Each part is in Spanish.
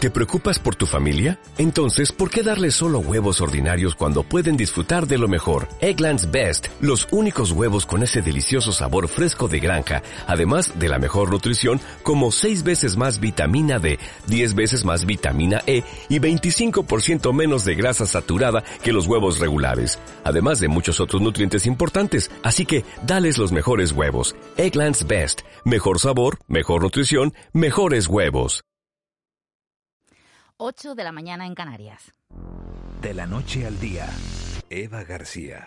¿Te preocupas por tu familia? Entonces, ¿por qué darles solo huevos ordinarios cuando pueden disfrutar de lo mejor? Eggland's Best, los únicos huevos con ese delicioso sabor fresco de granja, además de la mejor nutrición, como 6 veces más vitamina D, 10 veces más vitamina E y 25% menos de grasa saturada que los huevos regulares, además de muchos otros nutrientes importantes. Así que, dales los mejores huevos. Eggland's Best, mejor sabor, mejor nutrición, mejores huevos. 8 de la mañana en Canarias. De la noche al día, Eva García.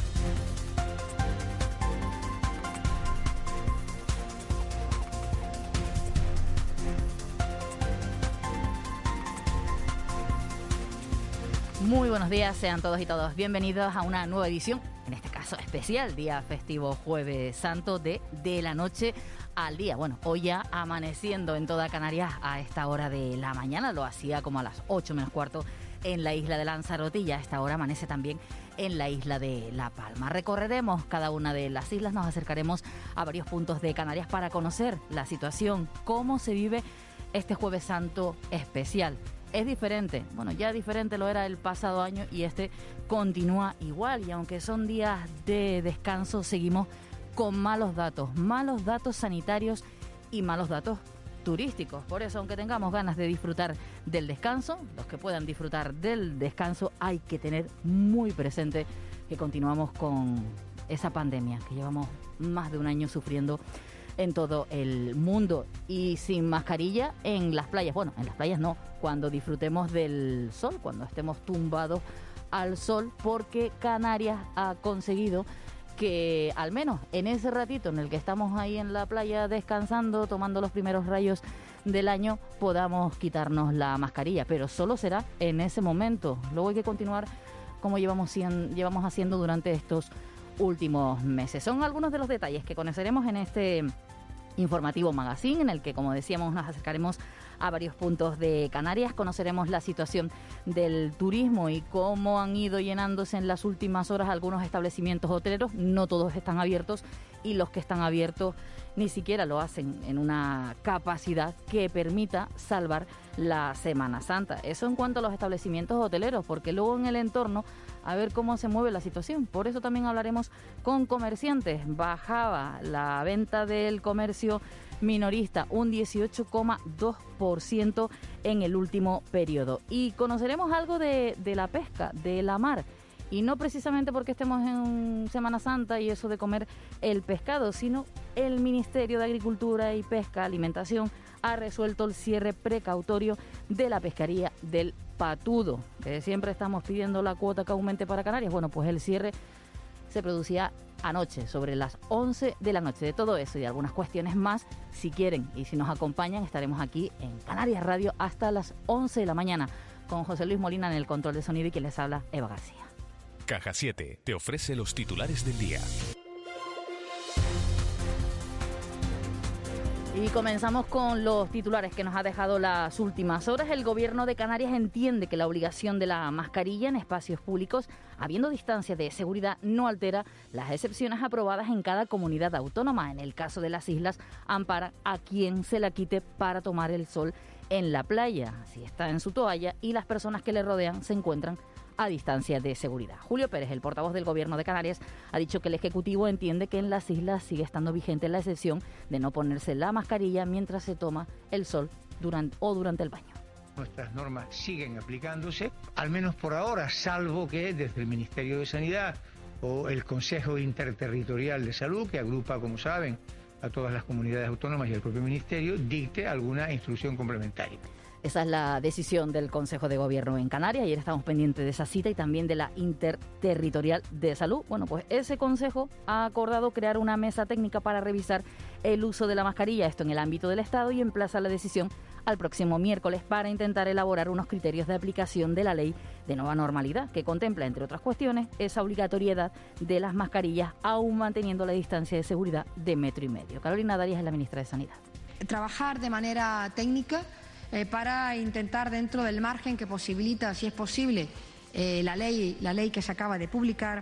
Muy buenos días, sean todos y todas bienvenidos a una nueva edición, en este caso especial, día festivo Jueves Santo de la noche al día. Bueno, hoy ya amaneciendo en toda Canarias a esta hora de la mañana, lo hacía como a las 8 menos cuarto en la isla de Lanzarote y ya a esta hora amanece también en la isla de La Palma. Recorreremos cada una de las islas, nos acercaremos a varios puntos de Canarias para conocer la situación, cómo se vive este Jueves Santo especial. Es diferente, bueno, ya diferente lo era el pasado año y este continúa igual, y aunque son días de descanso, seguimos con malos datos sanitarios y malos datos turísticos. Por eso, aunque tengamos ganas de disfrutar del descanso, los que puedan disfrutar del descanso, hay que tener muy presente que continuamos con esa pandemia que llevamos más de un año sufriendo en todo el mundo, y sin mascarilla en las playas. Bueno, en las playas no, cuando disfrutemos del sol, cuando estemos tumbados al sol, porque Canarias ha conseguido que al menos en ese ratito en el que estamos ahí en la playa descansando, tomando los primeros rayos del año, podamos quitarnos la mascarilla, pero solo será en ese momento. Luego hay que continuar como llevamos haciendo durante estos últimos meses. Son algunos de los detalles que conoceremos en este informativo magazine, en el que, como decíamos, nos acercaremos a varios puntos de Canarias, conoceremos la situación del turismo y cómo han ido llenándose en las últimas horas algunos establecimientos hoteleros. No todos están abiertos y los que están abiertos ni siquiera lo hacen en una capacidad que permita salvar la Semana Santa. Eso en cuanto a los establecimientos hoteleros, porque luego en el entorno a ver cómo se mueve la situación. Por eso también hablaremos con comerciantes. Bajaba la venta del comercio minorista un 18,2% en el último periodo. Y conoceremos algo de la pesca, de la mar. Y no precisamente porque estemos en Semana Santa y eso de comer el pescado, sino el Ministerio de Agricultura y Pesca, Alimentación, ha resuelto el cierre precautorio de la pesquería del Patudo, que siempre estamos pidiendo la cuota que aumente para Canarias. Bueno, pues el cierre se producía anoche, sobre las 11 de la noche. De todo eso y de algunas cuestiones más, si quieren y si nos acompañan, estaremos aquí en Canarias Radio hasta las 11 de la mañana con José Luis Molina en el control de sonido y quien les habla, Eva García. Caja 7 te ofrece los titulares del día. Y comenzamos con los titulares que nos ha dejado las últimas horas. El Gobierno de Canarias entiende que la obligación de la mascarilla en espacios públicos, habiendo distancia de seguridad, no altera las excepciones aprobadas en cada comunidad autónoma. En el caso de las islas, ampara a quien se la quite para tomar el sol en la playa, si está en su toalla y las personas que le rodean se encuentran a distancia de seguridad. Julio Pérez, el portavoz del Gobierno de Canarias, ha dicho que el Ejecutivo entiende que en las islas sigue estando vigente la excepción de no ponerse la mascarilla mientras se toma el sol durante el baño. Nuestras normas siguen aplicándose, al menos por ahora, salvo que desde el Ministerio de Sanidad o el Consejo Interterritorial de Salud, que agrupa, como saben, a todas las comunidades autónomas y el propio Ministerio, dicte alguna instrucción complementaria. Esa es la decisión del Consejo de Gobierno en Canarias. Ayer estamos pendientes de esa cita y también de la Interterritorial de Salud. Bueno, pues ese Consejo ha acordado crear una mesa técnica para revisar el uso de la mascarilla, esto en el ámbito del Estado, y emplaza la decisión al próximo miércoles para intentar elaborar unos criterios de aplicación de la ley de nueva normalidad, que contempla, entre otras cuestiones, esa obligatoriedad de las mascarillas, aún manteniendo la distancia de seguridad de 1,5 metros. Carolina Darias es la ministra de Sanidad. Trabajar de manera técnica para intentar, dentro del margen que posibilita, si es posible, la ley que se acaba de publicar,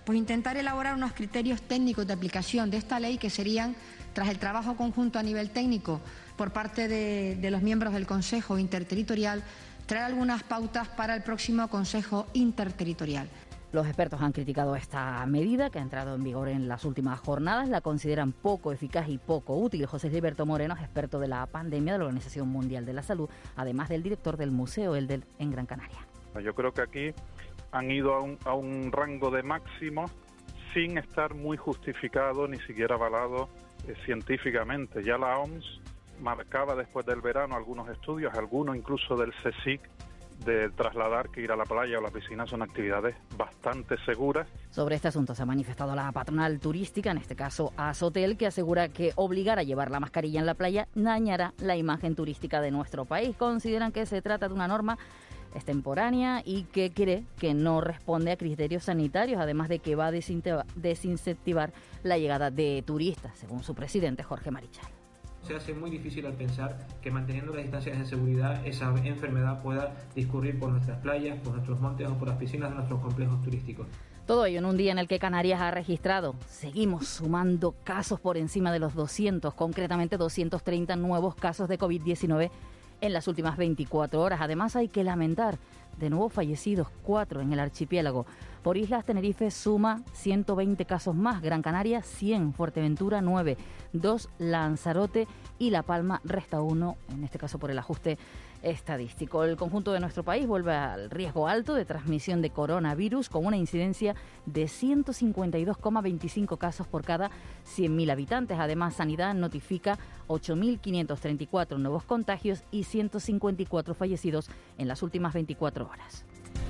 pues intentar elaborar unos criterios técnicos de aplicación de esta ley que serían, tras el trabajo conjunto a nivel técnico por parte de los miembros del Consejo Interterritorial, traer algunas pautas para el próximo Consejo Interterritorial. Los expertos han criticado esta medida que ha entrado en vigor en las últimas jornadas. La consideran poco eficaz y poco útil. José Gilberto Moreno es experto de la pandemia de la Organización Mundial de la Salud, además del director del Museo Eldel en Gran Canaria. Yo creo que aquí han ido a un rango de máximos sin estar muy justificado, ni siquiera avalado científicamente. Ya la OMS marcaba después del verano algunos estudios, algunos incluso del CSIC, de trasladar que ir a la playa o la piscina son actividades bastante seguras. Sobre este asunto se ha manifestado la patronal turística, en este caso Azotel, que asegura que obligar a llevar la mascarilla en la playa dañará la imagen turística de nuestro país. Consideran que se trata de una norma extemporánea y que cree que no responde a criterios sanitarios, además de que va a desincentivar la llegada de turistas, según su presidente Jorge Marichal. Se hace muy difícil al pensar que manteniendo las distancias de seguridad esa enfermedad pueda discurrir por nuestras playas, por nuestros montes o por las piscinas de nuestros complejos turísticos. Todo ello en un día en el que Canarias ha registrado, seguimos sumando casos por encima de los 200, concretamente 230 nuevos casos de COVID-19 en las últimas 24 horas. Además hay que lamentar de nuevo fallecidos, 4 en el archipiélago. Por islas, Tenerife suma 120 casos más, Gran Canaria 100, Fuerteventura 9, 2 Lanzarote y La Palma resta 1, en este caso por el ajuste estadístico. El conjunto de nuestro país vuelve al riesgo alto de transmisión de coronavirus con una incidencia de 152,25 casos por cada 100.000 habitantes. Además, Sanidad notifica 8.534 nuevos contagios y 154 fallecidos en las últimas 24 horas.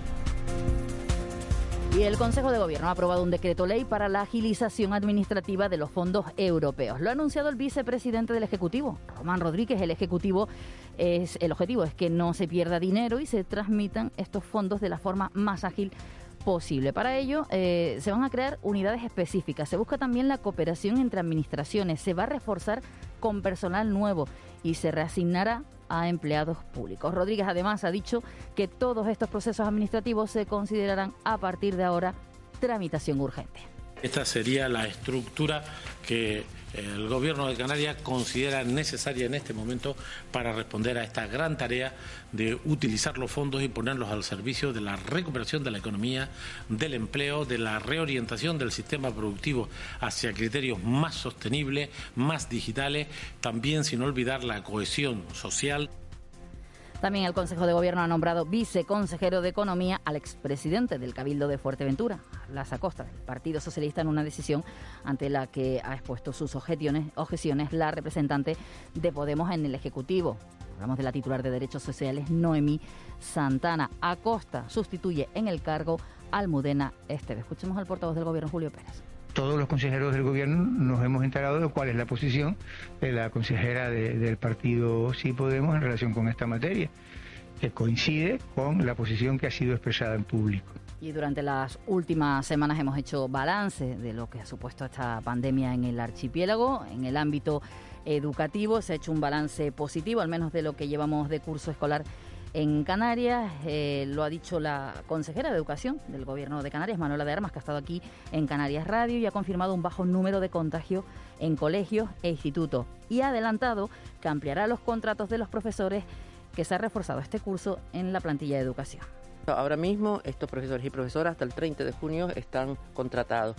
Y el Consejo de Gobierno ha aprobado un decreto ley para la agilización administrativa de los fondos europeos. Lo ha anunciado el vicepresidente del Ejecutivo, Román Rodríguez. El objetivo es que no se pierda dinero y se transmitan estos fondos de la forma más ágil posible. Para ello se van a crear unidades específicas. Se busca también la cooperación entre administraciones. Se va a reforzar con personal nuevo y se reasignará a empleados públicos. Rodríguez además ha dicho que todos estos procesos administrativos se considerarán a partir de ahora tramitación urgente. Esta sería la estructura que el Gobierno de Canarias considera necesaria en este momento para responder a esta gran tarea de utilizar los fondos y ponerlos al servicio de la recuperación de la economía, del empleo, de la reorientación del sistema productivo hacia criterios más sostenibles, más digitales, también sin olvidar la cohesión social. También el Consejo de Gobierno ha nombrado viceconsejero de Economía al expresidente del Cabildo de Fuerteventura, Blas Acosta, del Partido Socialista, en una decisión ante la que ha expuesto sus objeciones la representante de Podemos en el Ejecutivo. Hablamos de la titular de Derechos Sociales, Noemí Santana. Acosta sustituye en el cargo a Almudena Esteve. Escuchemos al portavoz del Gobierno, Julio Pérez. Todos los consejeros del gobierno nos hemos enterado de cuál es la posición de la consejera del partido Sí Podemos en relación con esta materia, que coincide con la posición que ha sido expresada en público. Y durante las últimas semanas hemos hecho balance de lo que ha supuesto esta pandemia en el archipiélago. En el ámbito educativo se ha hecho un balance positivo, al menos de lo que llevamos de curso escolar en Canarias. Lo ha dicho la consejera de Educación del Gobierno de Canarias, Manuela de Armas, que ha estado aquí en Canarias Radio y ha confirmado un bajo número de contagios en colegios e institutos. Y ha adelantado que ampliará los contratos de los profesores, que se ha reforzado este curso en la plantilla de educación. Ahora mismo estos profesores y profesoras hasta el 30 de junio están contratados.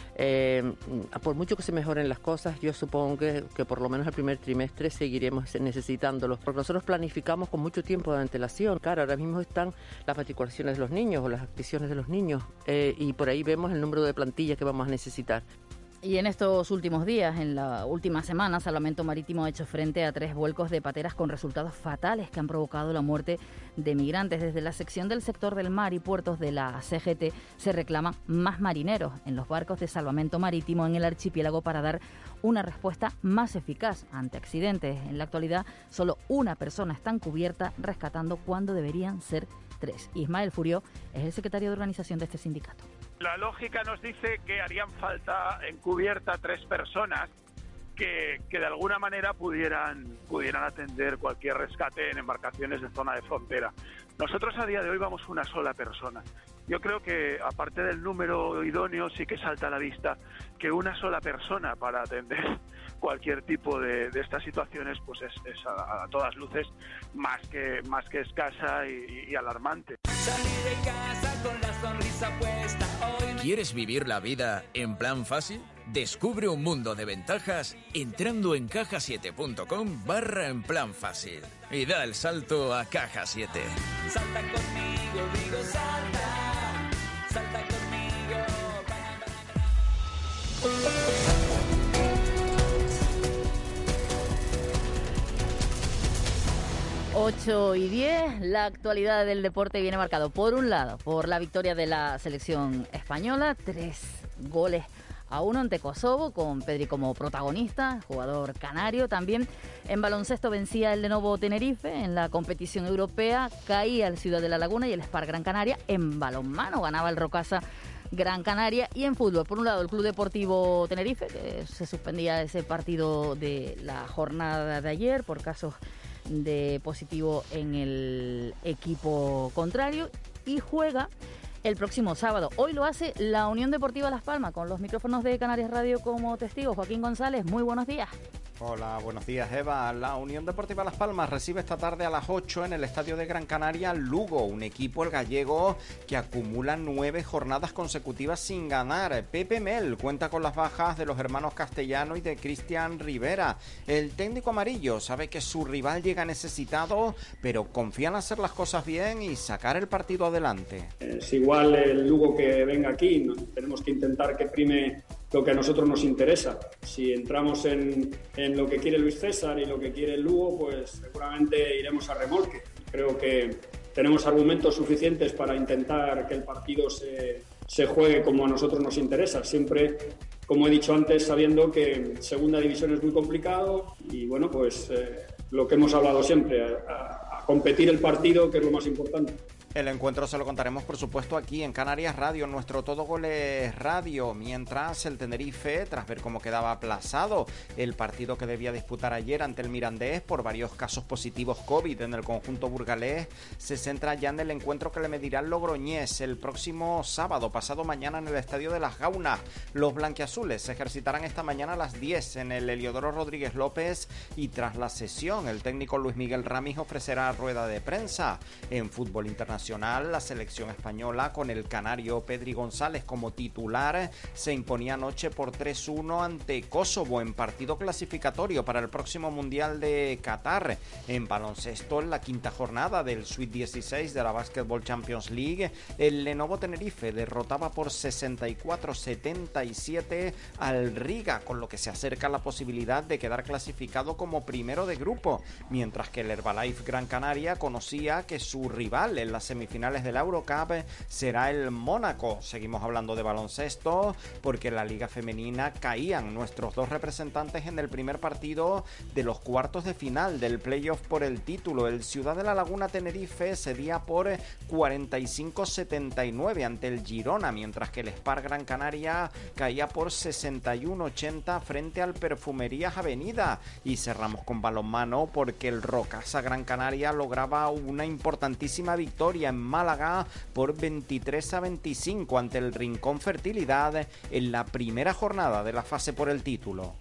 Por mucho que se mejoren las cosas, yo supongo que por lo menos el primer trimestre seguiremos necesitándolos, porque nosotros planificamos con mucho tiempo de antelación. Claro, ahora mismo están las matriculaciones de los niños o las admisiones de los niños y por ahí vemos el número de plantillas que vamos a necesitar. Y en estos últimos días, en la última semana, Salvamento Marítimo ha hecho frente a 3 vuelcos de pateras con resultados fatales que han provocado la muerte de migrantes. Desde la sección del sector del mar y puertos de la CGT se reclaman más marineros en los barcos de salvamento marítimo en el archipiélago para dar una respuesta más eficaz ante accidentes. En la actualidad, solo una persona está en cubierta rescatando cuando deberían ser 3. Ismael Furió es el secretario de organización de este sindicato. La lógica nos dice que harían falta en cubierta 3 personas que de alguna manera pudieran atender cualquier rescate en embarcaciones de zona de frontera. Nosotros a día de hoy vamos una sola persona Yo creo que, aparte del número idóneo, sí que salta a la vista que una sola persona para atender cualquier tipo de estas situaciones pues es a todas luces más que escasa y alarmante. Salí de casa con la sonrisa puesta hoy. ¿Quieres vivir la vida en plan fácil? Descubre un mundo de ventajas entrando en cajasiete.com/en plan fácil y da el salto a Caja 7. Salta conmigo, digo salta, salta conmigo. 8:10, la actualidad del deporte viene marcado, por un lado, por la victoria de la selección española, 3-1 ante Kosovo, con Pedri como protagonista, jugador canario. También en baloncesto vencía el Lenovo Tenerife en la competición europea, caía el Ciudad de la Laguna y el Spar Gran Canaria. En balonmano ganaba el Rocasa Gran Canaria. Y en fútbol, por un lado, el Club Deportivo Tenerife, que se suspendía ese partido de la jornada de ayer por casos de positivo en el equipo contrario, y juega el próximo sábado. Hoy lo hace la Unión Deportiva Las Palmas, con los micrófonos de Canarias Radio como testigo. Joaquín González, muy buenos días. Hola, buenos días, Eva. La Unión Deportiva Las Palmas recibe esta tarde a las 8 en el Estadio de Gran Canaria Lugo, un equipo, el gallego, que acumula 9 jornadas consecutivas sin ganar. Pepe Mel cuenta con las bajas de los hermanos Castellano y de Cristian Rivera. El técnico amarillo sabe que su rival llega necesitado, pero confía en hacer las cosas bien y sacar el partido adelante. Es igual el Lugo que venga aquí, tenemos que intentar que prime lo que a nosotros nos interesa. Si entramos en lo que quiere Luis César y lo que quiere el Lugo, pues seguramente iremos a remolque. Creo que tenemos argumentos suficientes para intentar que el partido se juegue como a nosotros nos interesa. Siempre, como he dicho antes, sabiendo que segunda división es muy complicado y bueno, pues lo que hemos hablado siempre, a competir el partido, que es lo más importante. El encuentro se lo contaremos, por supuesto, aquí en Canarias Radio, nuestro Todo Goles Radio, mientras el Tenerife, tras ver cómo quedaba aplazado el partido que debía disputar ayer ante el Mirandés por varios casos positivos COVID en el conjunto burgalés, se centra ya en el encuentro que le medirá el Logroñés el próximo sábado, pasado mañana, en el Estadio de las Gaunas. Los blanquiazules se ejercitarán esta mañana a las 10 en el Heliodoro Rodríguez López, y tras la sesión el técnico Luis Miguel Ramis ofrecerá rueda de prensa. En fútbol internacional, la selección española, con el canario Pedri González como titular, se imponía anoche por 3-1 ante Kosovo en partido clasificatorio para el próximo Mundial de Qatar. En baloncesto, en la quinta jornada del Sweet 16 de la Basketball Champions League, el Lenovo Tenerife derrotaba por 64-77 al Riga, con lo que se acerca la posibilidad de quedar clasificado como primero de grupo, mientras que el Herbalife Gran Canaria conocía que su rival en las semifinales de la Eurocup será el Mónaco. Seguimos hablando de baloncesto porque en la Liga Femenina caían nuestros dos representantes en el primer partido de los cuartos de final del playoff por el título. El Ciudad de la Laguna Tenerife cedía por 45-79 ante el Girona, mientras que el Spar Gran Canaria caía por 61-80 frente al Perfumerías Avenida. Y cerramos con balonmano porque el Rocasa Gran Canaria lograba una importantísima victoria en Málaga por 23-25 ante el Rincón Fertilidad en la primera jornada de la fase por el título.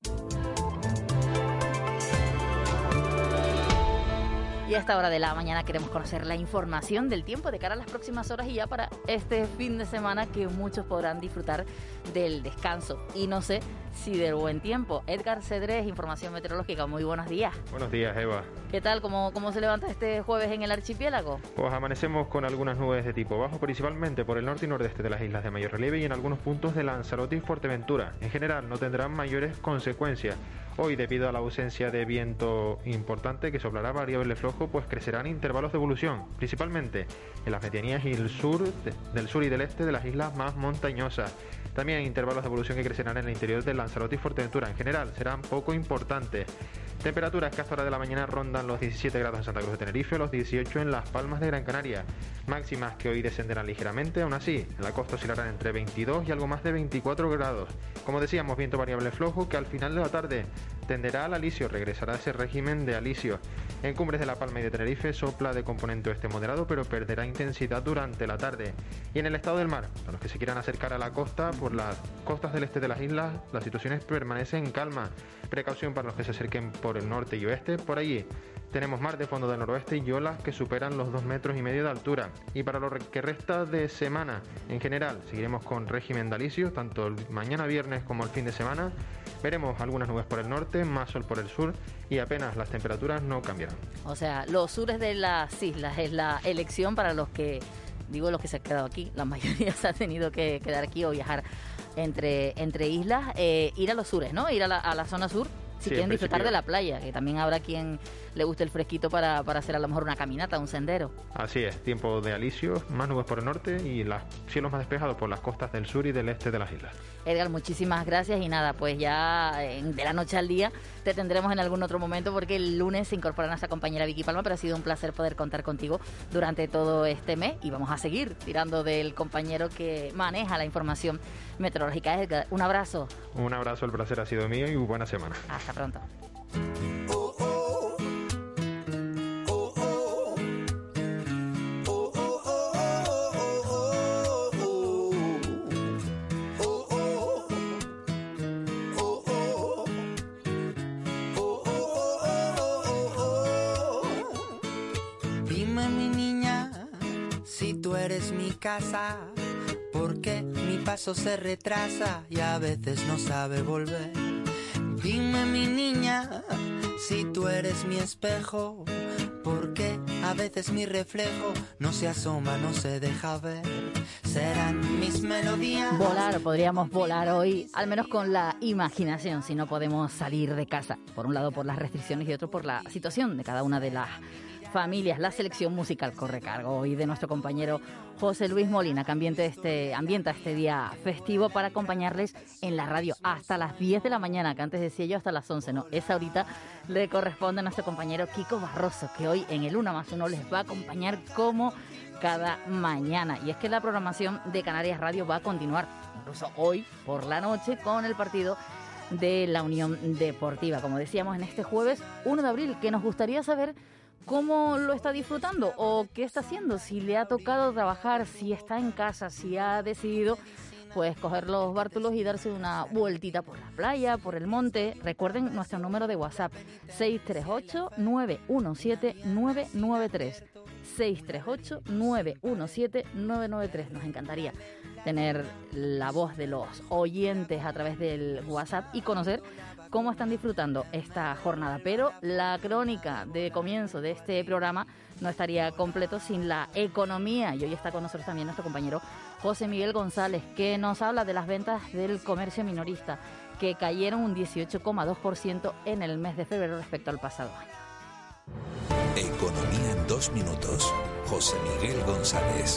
Y a esta hora de la mañana queremos conocer la información del tiempo de cara a las próximas horas y ya para este fin de semana, que muchos podrán disfrutar del descanso y no sé si del buen tiempo. Edgar Cedrés, información meteorológica, muy buenos días. Buenos días, Eva. ¿Qué tal? ¿Cómo se levanta este jueves en el archipiélago? Pues amanecemos con algunas nubes de tipo bajo, principalmente por el norte y nordeste de las islas de mayor relieve y en algunos puntos de Lanzarote y Fuerteventura. En general no tendrán mayores consecuencias. Hoy, debido a la ausencia de viento importante que soplará variable flojo, pues crecerán intervalos de evolución, principalmente en las medianías y el sur, del sur y del este de las islas más montañosas. También intervalos de evolución que crecerán en el interior de Lanzarote y Fuerteventura. En general serán poco importantes. Temperaturas que a esta hora de la mañana rondan los 17 grados en Santa Cruz de Tenerife, los 18 en Las Palmas de Gran Canaria. máximas que hoy descenderán ligeramente. Aún así, en la costa oscilarán entre 22 y algo más de 24 grados. Como decíamos, viento variable flojo que al final de la tarde tenderá al alisio, regresará a ese régimen de alisio. En cumbres de La Palma y de Tenerife sopla de componente oeste moderado, pero perderá intensidad durante la tarde. Y en el estado del mar, para los que se quieran acercar a la costa, por las costas del este de las islas, las situaciones permanecen en calma. Precaución para los que se acerquen por el norte y oeste. Por allí tenemos mar de fondo del noroeste y olas que superan los 2,5 metros de altura. Y para lo que resta de semana, en general, seguiremos con régimen de alisio, tanto el mañana viernes como el fin de semana. Veremos algunas nubes por el norte, más sol por el sur y apenas las temperaturas no cambiarán. O sea, los sures de las islas es la elección para los que, los que se han quedado aquí. La mayoría se ha tenido que quedar aquí o viajar entre islas. Ir a los sures, ¿no? Ir a la zona sur. Si quieren disfrutar de la playa, que también habrá quien le guste el fresquito para hacer a lo mejor una caminata, un sendero. Así es, tiempo de alisio, más nubes por el norte y los cielos más despejados por las costas del sur y del este de las islas. Edgar, muchísimas gracias y nada, pues ya de la noche al día te tendremos en algún otro momento porque el lunes se incorpora nuestra compañera Vicky Palma, pero ha sido un placer poder contar contigo durante todo este mes y vamos a seguir tirando del compañero que maneja la información meteorológica. Edgar, un abrazo. Un abrazo, el placer ha sido mío y buena semana. Hasta pronto. Dime, mi niña, si tú eres mi casa, porque mi paso se retrasa y a veces no sabe volver. Dime, mi niña, si tú eres mi espejo, porque a veces mi reflejo no se asoma, no se deja ver. Serán mis melodías. Volar, podríamos volar hoy, al menos con la imaginación, si no podemos salir de casa. Por un lado por las restricciones y otro por la situación de cada una de las familias. La selección musical corre cargo hoy de nuestro compañero José Luis Molina, que ambienta este día festivo para acompañarles en la radio hasta las 10 de la mañana, que antes decía yo hasta las 11, no, esa ahorita le corresponde a nuestro compañero Kiko Barroso, que hoy en el 1+1 les va a acompañar como cada mañana. Y es que la programación de Canarias Radio va a continuar, incluso hoy por la noche, con el partido de la Unión Deportiva, como decíamos, en este jueves 1 de abril, que nos gustaría saber cómo lo está disfrutando o qué está haciendo, si le ha tocado trabajar, si está en casa, si ha decidido pues coger los bártulos y darse una vueltita por la playa, por el monte. Recuerden nuestro número de WhatsApp, 638-917-993. 638-917-993. Nos encantaría tener la voz de los oyentes a través del WhatsApp y conocer cómo están disfrutando esta jornada. Pero la crónica de comienzo de este programa no estaría completo sin la economía. Y hoy está con nosotros también nuestro compañero José Miguel González, que nos habla de las ventas del comercio minorista, que cayeron un 18,2% en el mes de febrero respecto al pasado año. Economía en 2 minutos. José Miguel González.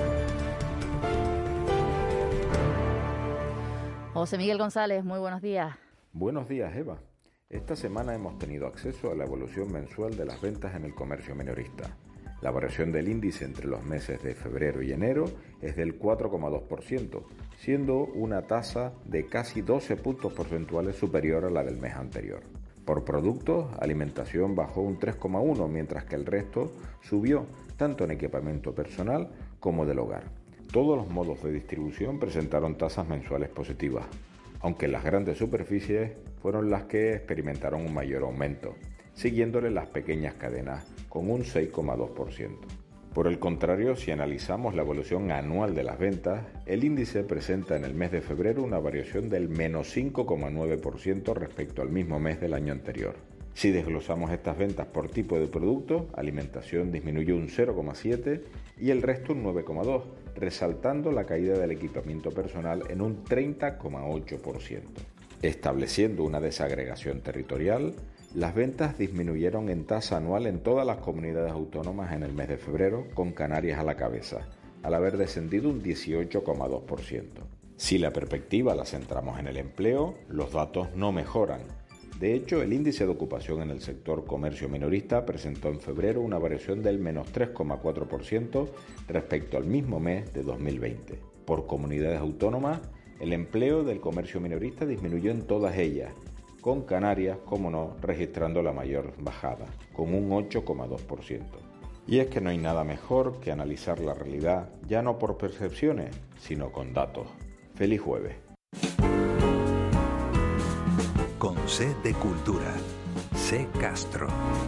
José Miguel González, muy buenos días. Buenos días, Eva. Esta semana hemos tenido acceso a la evolución mensual de las ventas en el comercio minorista. La variación del índice entre los meses de febrero y enero es del 4,2%, siendo una tasa de casi 12 puntos porcentuales superior a la del mes anterior. Por productos, alimentación bajó un 3,1%, mientras que el resto subió, tanto en equipamiento personal como del hogar. Todos los modos de distribución presentaron tasas mensuales positivas, aunque las grandes superficies fueron las que experimentaron un mayor aumento, siguiéndole las pequeñas cadenas con un 6,2%. Por el contrario, si analizamos la evolución anual de las ventas, el índice presenta en el mes de febrero una variación del menos 5,9% respecto al mismo mes del año anterior. Si desglosamos estas ventas por tipo de producto, alimentación disminuyó un 0,7% y el resto un 9,2%, resaltando la caída del equipamiento personal en un 30,8%. Estableciendo una desagregación territorial, las ventas disminuyeron en tasa anual en todas las comunidades autónomas en el mes de febrero, con Canarias a la cabeza, al haber descendido un 18,2%. Si la perspectiva la centramos en el empleo, los datos no mejoran, De hecho, el índice de ocupación en el sector comercio minorista presentó en febrero una variación del menos 3,4% respecto al mismo mes de 2020. Por comunidades autónomas, el empleo del comercio minorista disminuyó en todas ellas, con Canarias, como no, registrando la mayor bajada, con un 8,2%. Y es que no hay nada mejor que analizar la realidad ya no por percepciones, sino con datos. ¡Feliz jueves! Con C de Cultura, C Castro.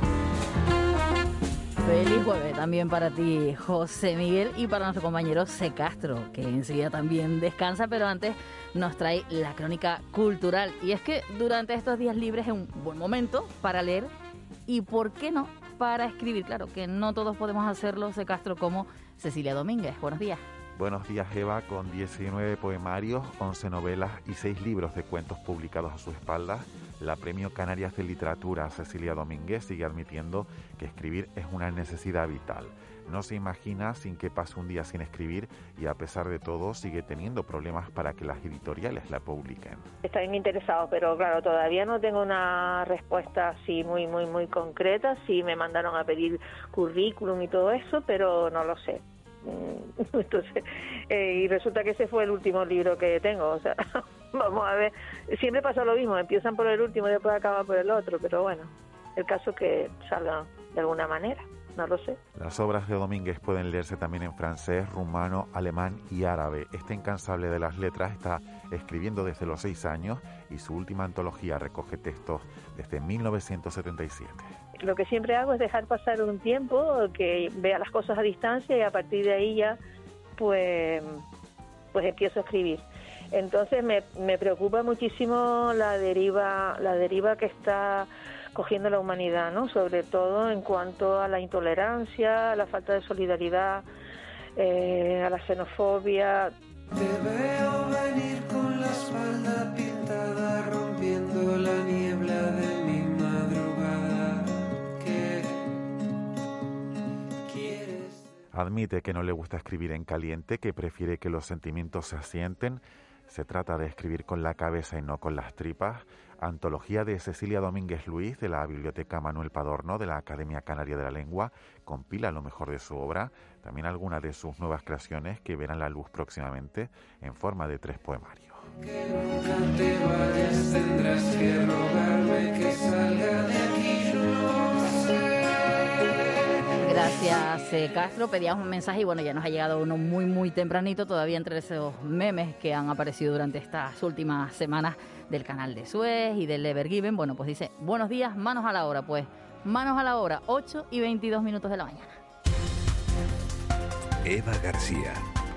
Feliz jueves también para ti, José Miguel, y para nuestro compañero C Castro, que enseguida también descansa, pero antes nos trae la crónica cultural. Y es que durante estos días libres es un buen momento para leer y, ¿por qué no?, para escribir. Claro que no todos podemos hacerlo, C Castro, como Cecilia Domínguez. Buenos días. Buenos días, Eva, con 19 poemarios, 11 novelas y 6 libros de cuentos publicados a su espalda. La Premio Canarias de Literatura Cecilia Domínguez sigue admitiendo que escribir es una necesidad vital. No se imagina sin que pase un día sin escribir y, a pesar de todo, sigue teniendo problemas para que las editoriales la publiquen. Están interesados, pero claro, todavía no tengo una respuesta así muy concreta. Sí me mandaron a pedir currículum y todo eso, pero no lo sé. Entonces, y resulta que ese fue el último libro que tengo, o sea, vamos a ver, siempre pasa lo mismo, empiezan por el último y después acaban por el otro, pero bueno, el caso es que salgan de alguna manera, no lo sé. Las obras de Domínguez pueden leerse también en francés, rumano, alemán y árabe. Este incansable de las letras está escribiendo desde los 6 años y su última antología recoge textos desde 1977. Lo que siempre hago es dejar pasar un tiempo, que vea las cosas a distancia y a partir de ahí ya pues empiezo a escribir. Entonces me preocupa muchísimo la deriva que está cogiendo la humanidad, ¿no? Sobre todo en cuanto a la intolerancia, a la falta de solidaridad, a la xenofobia. Te veo venir con la espalda pintada, rompiendo la niebla de mi madrugada. ¿Qué quieres? Admite que no le gusta escribir en caliente, que prefiere que los sentimientos se asienten. Se trata de escribir con la cabeza y no con las tripas. Antología de Cecilia Domínguez Luis, de la Biblioteca Manuel Padorno, de la Academia Canaria de la Lengua, compila lo mejor de su obra, también algunas de sus nuevas creaciones que verán la luz próximamente en forma de 3 poemarios. Que nunca te vayas, tendrás que rogarme que salga de aquí, no sé. Gracias, Castro. Pedías un mensaje y bueno, ya nos ha llegado uno muy tempranito, todavía entre esos memes que han aparecido durante estas últimas semanas del canal de Suez y del Ever Given. Bueno, pues dice, buenos días, manos a la obra. Pues manos a la obra, 8:22 de la mañana. Eva García.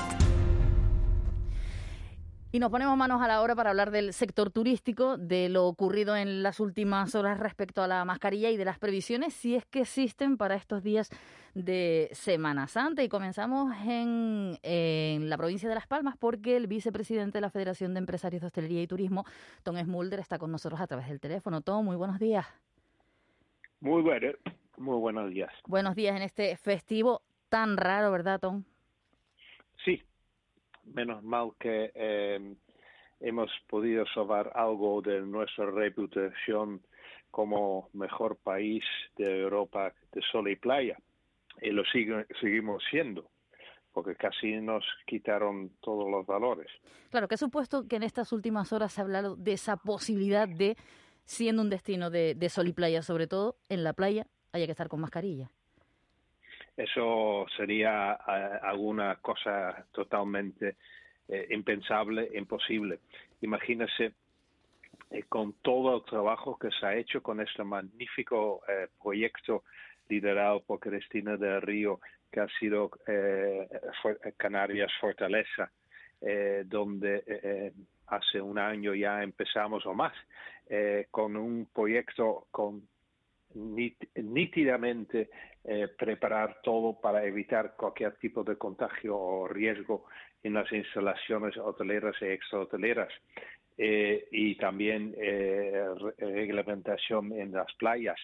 Y nos ponemos manos a la obra para hablar del sector turístico, de lo ocurrido en las últimas horas respecto a la mascarilla y de las previsiones, si es que existen, para estos días de Semana Santa. Y comenzamos en la provincia de Las Palmas, porque el vicepresidente de la Federación de Empresarios de Hostelería y Turismo, Tom Smulder, está con nosotros a través del teléfono. Tom, muy buenos días. Muy buenos días. Buenos días en este festivo tan raro, ¿verdad, Tom? Sí. Menos mal que hemos podido salvar algo de nuestra reputación como mejor país de Europa de sol y playa. Y lo seguimos siendo, porque casi nos quitaron todos los valores. Claro, que ha supuesto que en estas últimas horas se ha hablado de esa posibilidad de, siendo un destino de sol y playa, sobre todo en la playa, haya que estar con mascarilla. Eso sería alguna cosa totalmente impensable, imposible. Imagínese con todo el trabajo que se ha hecho con este magnífico proyecto liderado por Cristina del Río, que ha sido Canarias Fortaleza, donde hace un año ya empezamos o más, con un proyecto con nítidamente preparar todo para evitar cualquier tipo de contagio o riesgo en las instalaciones hoteleras y extrahoteleras, y también reglamentación en las playas.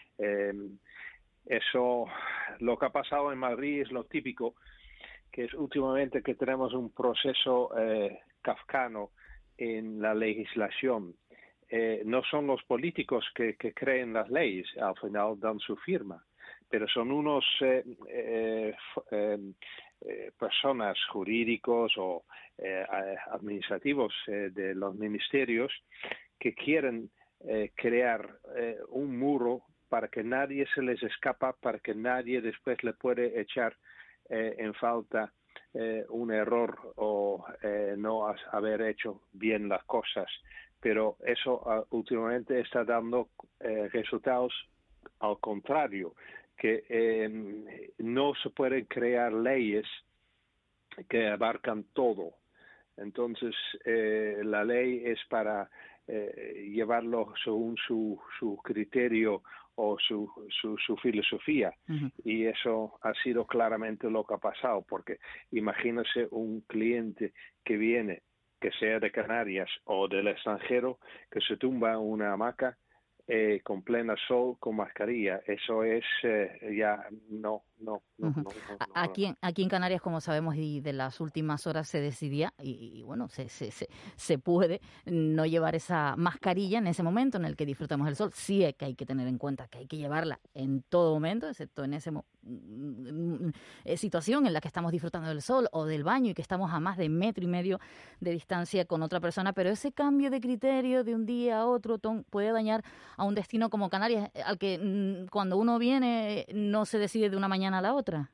Eso, lo que ha pasado en Madrid es lo típico, que es últimamente que tenemos un proceso kafkiano en la legislación. no son los políticos que creen las leyes, al final dan su firma, pero son unos personas jurídicos o administrativos de los ministerios que quieren crear un muro para que nadie se les escapa, para que nadie después le puede echar en falta un error o no haber hecho bien las cosas. Pero eso últimamente está dando resultados al contrario, que no se pueden crear leyes que abarcan todo. Entonces, la ley es para llevarlo según su criterio o su filosofía. Uh-huh. Y eso ha sido claramente lo que ha pasado, porque imagínese un cliente que viene, que sea de Canarias o del extranjero, que se tumba en una hamaca con plena sol, con mascarilla. Eso es ya no. Aquí en Canarias, como sabemos, y de las últimas horas se decidía, y bueno, se puede no llevar esa mascarilla en ese momento en el que disfrutamos del sol. Sí que hay que tener en cuenta que hay que llevarla en todo momento, excepto en esa situación en la que estamos disfrutando del sol o del baño y que estamos a más de 1,5 metros de distancia con otra persona. Pero ese cambio de criterio de un día a otro puede dañar a un destino como Canarias, al que cuando uno viene no se decide de una mañana a la otra.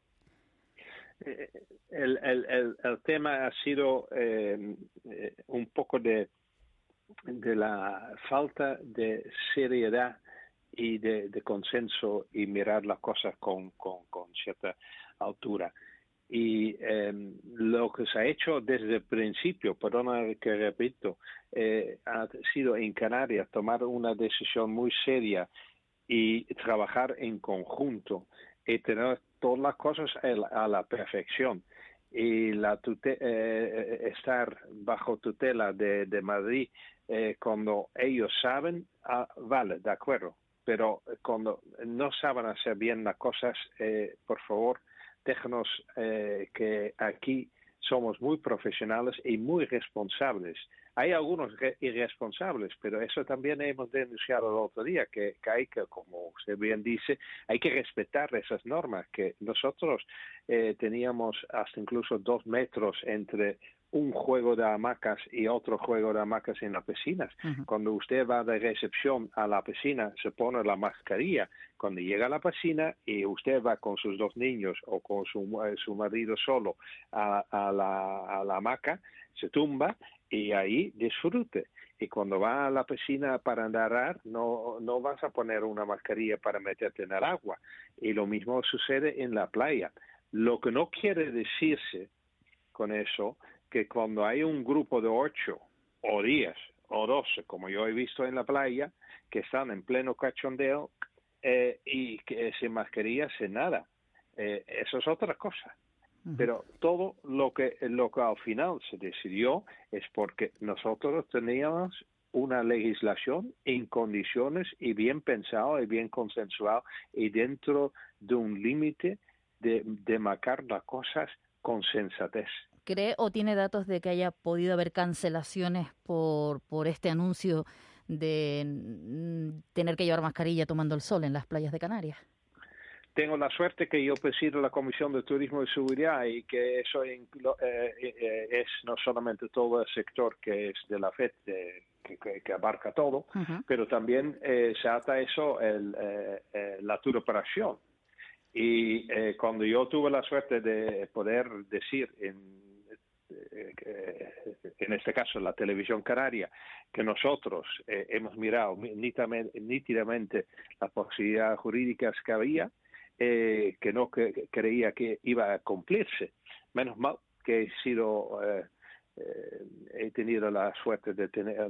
El tema ha sido un poco de la falta de seriedad y de consenso y mirar las cosas con cierta altura. Y lo que se ha hecho desde el principio, perdona que repito, ha sido en Canarias tomar una decisión muy seria y trabajar en conjunto y tener todas las cosas a la perfección. Y estar bajo tutela de Madrid cuando ellos saben, vale, de acuerdo. Pero cuando no saben hacer bien las cosas, por favor, déjanos que aquí somos muy profesionales y muy responsables. Hay algunos irresponsables, pero eso también hemos denunciado el otro día, que hay que, como usted bien dice, hay que respetar esas normas, que nosotros teníamos hasta incluso 2 metros entre un juego de hamacas y otro juego de hamacas en las piscinas. Uh-huh. Cuando usted va de recepción a la piscina, se pone la mascarilla. Cuando llega a la piscina y usted va con sus 2 niños o con su marido solo a la hamaca, se tumba y ahí disfrute. Y cuando va a la piscina para nadar, no vas a poner una mascarilla para meterte en el agua. Y lo mismo sucede en la playa. Lo que no quiere decirse con eso, que cuando hay un grupo de 8 o 10 o 12, como yo he visto en la playa, que están en pleno cachondeo y que sin mascarilla, sin nada. Eso es otra cosa. Uh-huh. Pero todo lo que al final se decidió es porque nosotros teníamos una legislación en condiciones y bien pensado y bien consensuado y dentro de un límite de marcar las cosas con sensatez. ¿Cree o tiene datos de que haya podido haber cancelaciones por este anuncio de tener que llevar mascarilla tomando el sol en las playas de Canarias? Tengo la suerte que yo presido la Comisión de Turismo y Seguridad y que eso es no solamente todo el sector que es de la FED, que abarca todo, uh-huh. Pero también se ata eso la turoperación. Y cuando yo tuve la suerte de poder decir en este caso la televisión canaria, que nosotros hemos mirado nítidamente las posibilidades jurídicas que había, que no creía que iba a cumplirse. Menos mal que he tenido la suerte de tener,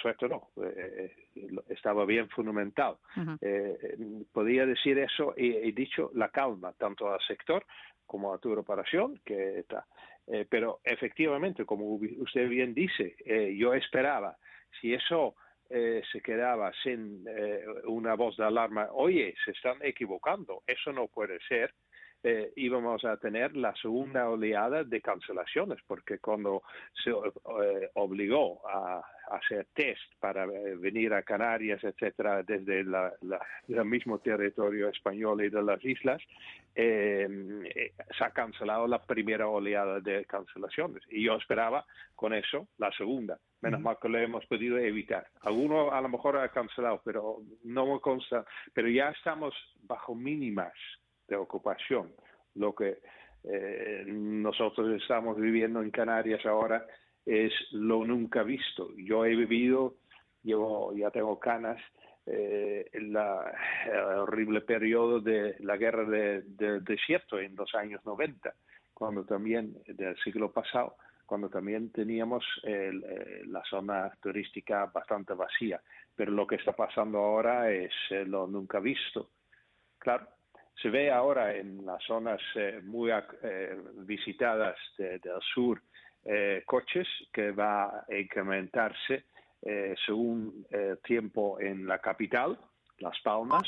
estaba bien fundamentado. Uh-huh. Podía decir eso y he dicho la calma, tanto al sector como a tu reparación, que está. Pero efectivamente, como usted bien dice, yo esperaba, si eso se quedaba sin una voz de alarma, oye, se están equivocando, eso no puede ser, íbamos a tener la segunda oleada de cancelaciones, porque cuando se obligó a hacer test para venir a Canarias, etcétera, desde el mismo territorio español y de las islas, se ha cancelado la primera oleada de cancelaciones. Y yo esperaba con eso la segunda. Menos mal que lo hemos podido evitar. Algunos a lo mejor ha cancelado, pero no me consta. Pero ya estamos bajo mínimas de ocupación. Lo que nosotros estamos viviendo en Canarias ahora es lo nunca visto. Yo he vivido, ya tengo canas, el horrible periodo de la guerra del desierto en los años 90, cuando también, del siglo pasado, cuando también teníamos la zona turística bastante vacía. Pero lo que está pasando ahora es lo nunca visto. Claro, se ve ahora en las zonas muy visitadas del sur coches que va a incrementarse según tiempo en la capital, Las Palmas,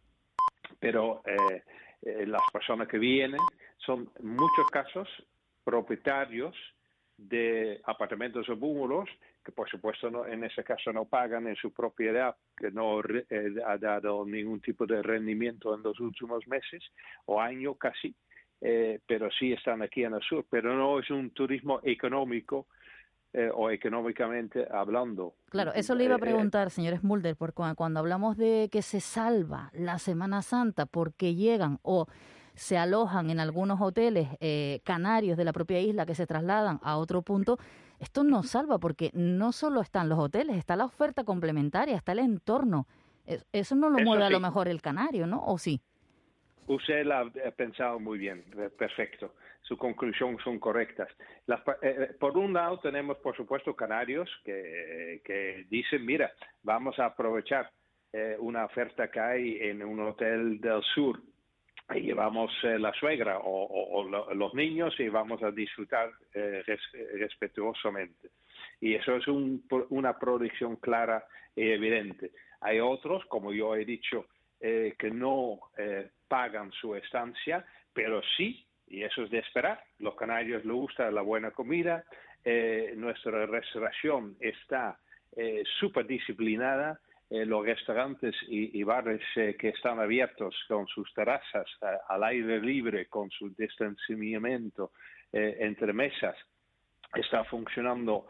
pero las personas que vienen son en muchos casos propietarios de apartamentos o bungalows que por supuesto en ese caso no pagan en su propiedad, que no ha dado ningún tipo de rendimiento en los últimos meses o año casi, pero sí están aquí en el sur, pero no es un turismo económico o económicamente hablando. Claro, eso le iba a preguntar, señor Smulder, porque cuando hablamos de que se salva la Semana Santa porque llegan o se alojan en algunos hoteles canarios de la propia isla que se trasladan a otro punto, esto no salva porque no solo están los hoteles, está la oferta complementaria, está el entorno. Eso no lo mueve a lo mejor el canario, ¿no? ¿O sí? Usted la ha pensado muy bien, perfecto. Su conclusión son correctas. Por un lado tenemos, por supuesto, canarios que dicen, mira, vamos a aprovechar una oferta que hay en un hotel del sur y llevamos la suegra o los niños y vamos a disfrutar respetuosamente. Y eso es una proyección clara y evidente. Hay otros, como yo he dicho, que no pagan su estancia, pero sí, y eso es de esperar, los canarios les gusta la buena comida, nuestra restauración está súper disciplinada, los restaurantes y bares que están abiertos con sus terrazas al aire libre, con su distanciamiento entre mesas, está funcionando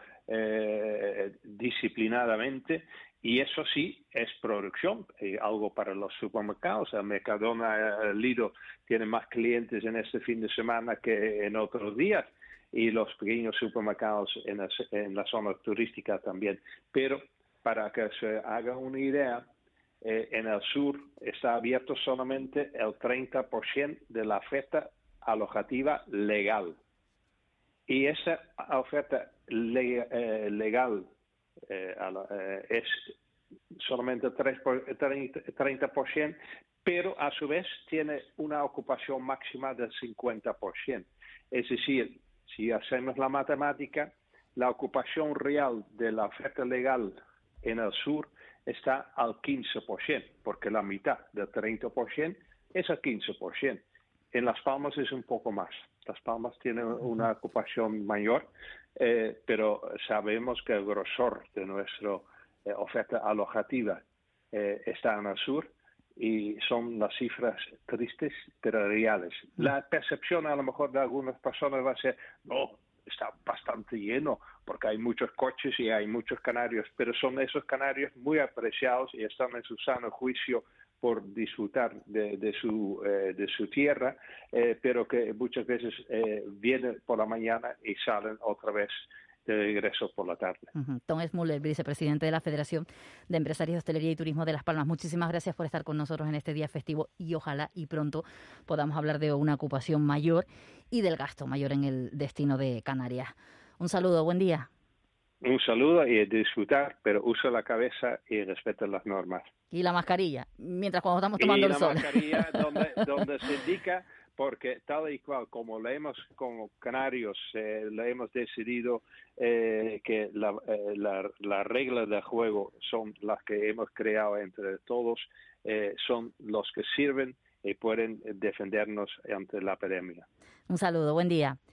disciplinadamente. Y eso sí es producción, algo para los supermercados. El Mercadona, Lidl tiene más clientes en este fin de semana que en otros días, y los pequeños supermercados en la zona turística también. Pero para que se haga una idea, en el sur está abierto solamente el 30% de la oferta alojativa legal. Y esa oferta legal es solamente 30%, pero a su vez tiene una ocupación máxima del 50%. Es decir, si hacemos la matemática, la ocupación real de la oferta legal en el sur está al 15%, porque la mitad del 30% es al 15%. En Las Palmas es un poco más. Las Palmas tienen una ocupación mayor, pero sabemos que el grosor de nuestra oferta alojativa está en el sur, y son las cifras tristes pero reales. La percepción a lo mejor de algunas personas va a ser, no, está bastante lleno porque hay muchos coches y hay muchos canarios, pero son esos canarios muy apreciados y están en su sano juicio por disfrutar de su tierra, pero que muchas veces vienen por la mañana y salen otra vez de regreso por la tarde. Tom Smulder, vicepresidente de la Federación de Empresarios de Hostelería y Turismo de Las Palmas. Muchísimas gracias por estar con nosotros en este día festivo, y ojalá y pronto podamos hablar de una ocupación mayor y del gasto mayor en el destino de Canarias. Un saludo, buen día. Un saludo y disfrutar, pero usa la cabeza y respeta las normas. Y la mascarilla, mientras cuando estamos tomando el sol. Y la mascarilla donde se indica, porque tal y cual como leemos como canarios, le hemos decidido que la regla de juego son las que hemos creado entre todos, son los que sirven y pueden defendernos ante la epidemia. Un saludo, buen día.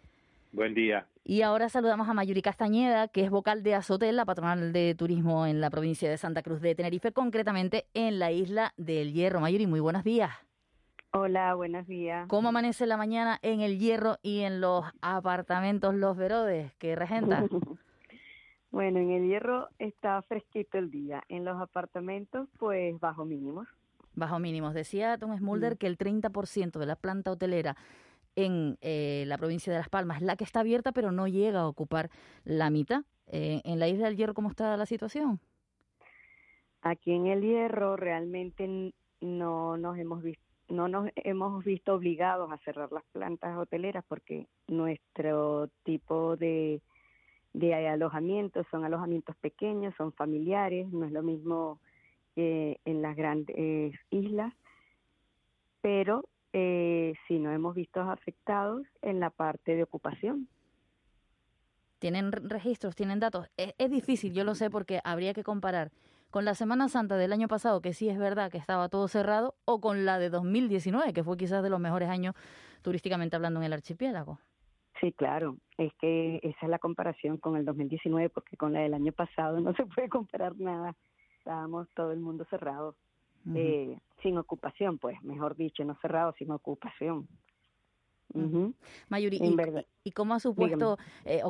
Buen día. Y ahora saludamos a Mayuri Castañeda, que es vocal de Azotel, la patronal de turismo en la provincia de Santa Cruz de Tenerife, concretamente en la isla del Hierro. Mayuri, muy buenos días. Hola, buenos días. ¿Cómo amanece la mañana en el Hierro y en los apartamentos Los Verodes que regenta? Bueno, en el Hierro está fresquito el día. En los apartamentos, pues bajo mínimos. Bajo mínimos. Decía Tom Smulder que el 30% de la planta hotelera en la provincia de Las Palmas, la que está abierta, pero no llega a ocupar la mitad. ¿En la isla del Hierro cómo está la situación? Aquí en el Hierro realmente no nos hemos visto obligados a cerrar las plantas hoteleras porque nuestro tipo de alojamientos son alojamientos pequeños, son familiares, no es lo mismo que en las grandes islas, pero sí nos hemos visto afectados en la parte de ocupación. ¿Tienen registros, tienen datos? Es difícil, yo lo sé, porque habría que comparar con la Semana Santa del año pasado, que sí es verdad que estaba todo cerrado, o con la de 2019, que fue quizás de los mejores años turísticamente hablando en el archipiélago. Sí, claro, es que esa es la comparación con el 2019, porque con la del año pasado no se puede comparar nada. Estábamos todo el mundo cerrado. Sin ocupación, pues, mejor dicho, no cerrado, sin ocupación. Mayuri, ¿y cómo ha supuesto,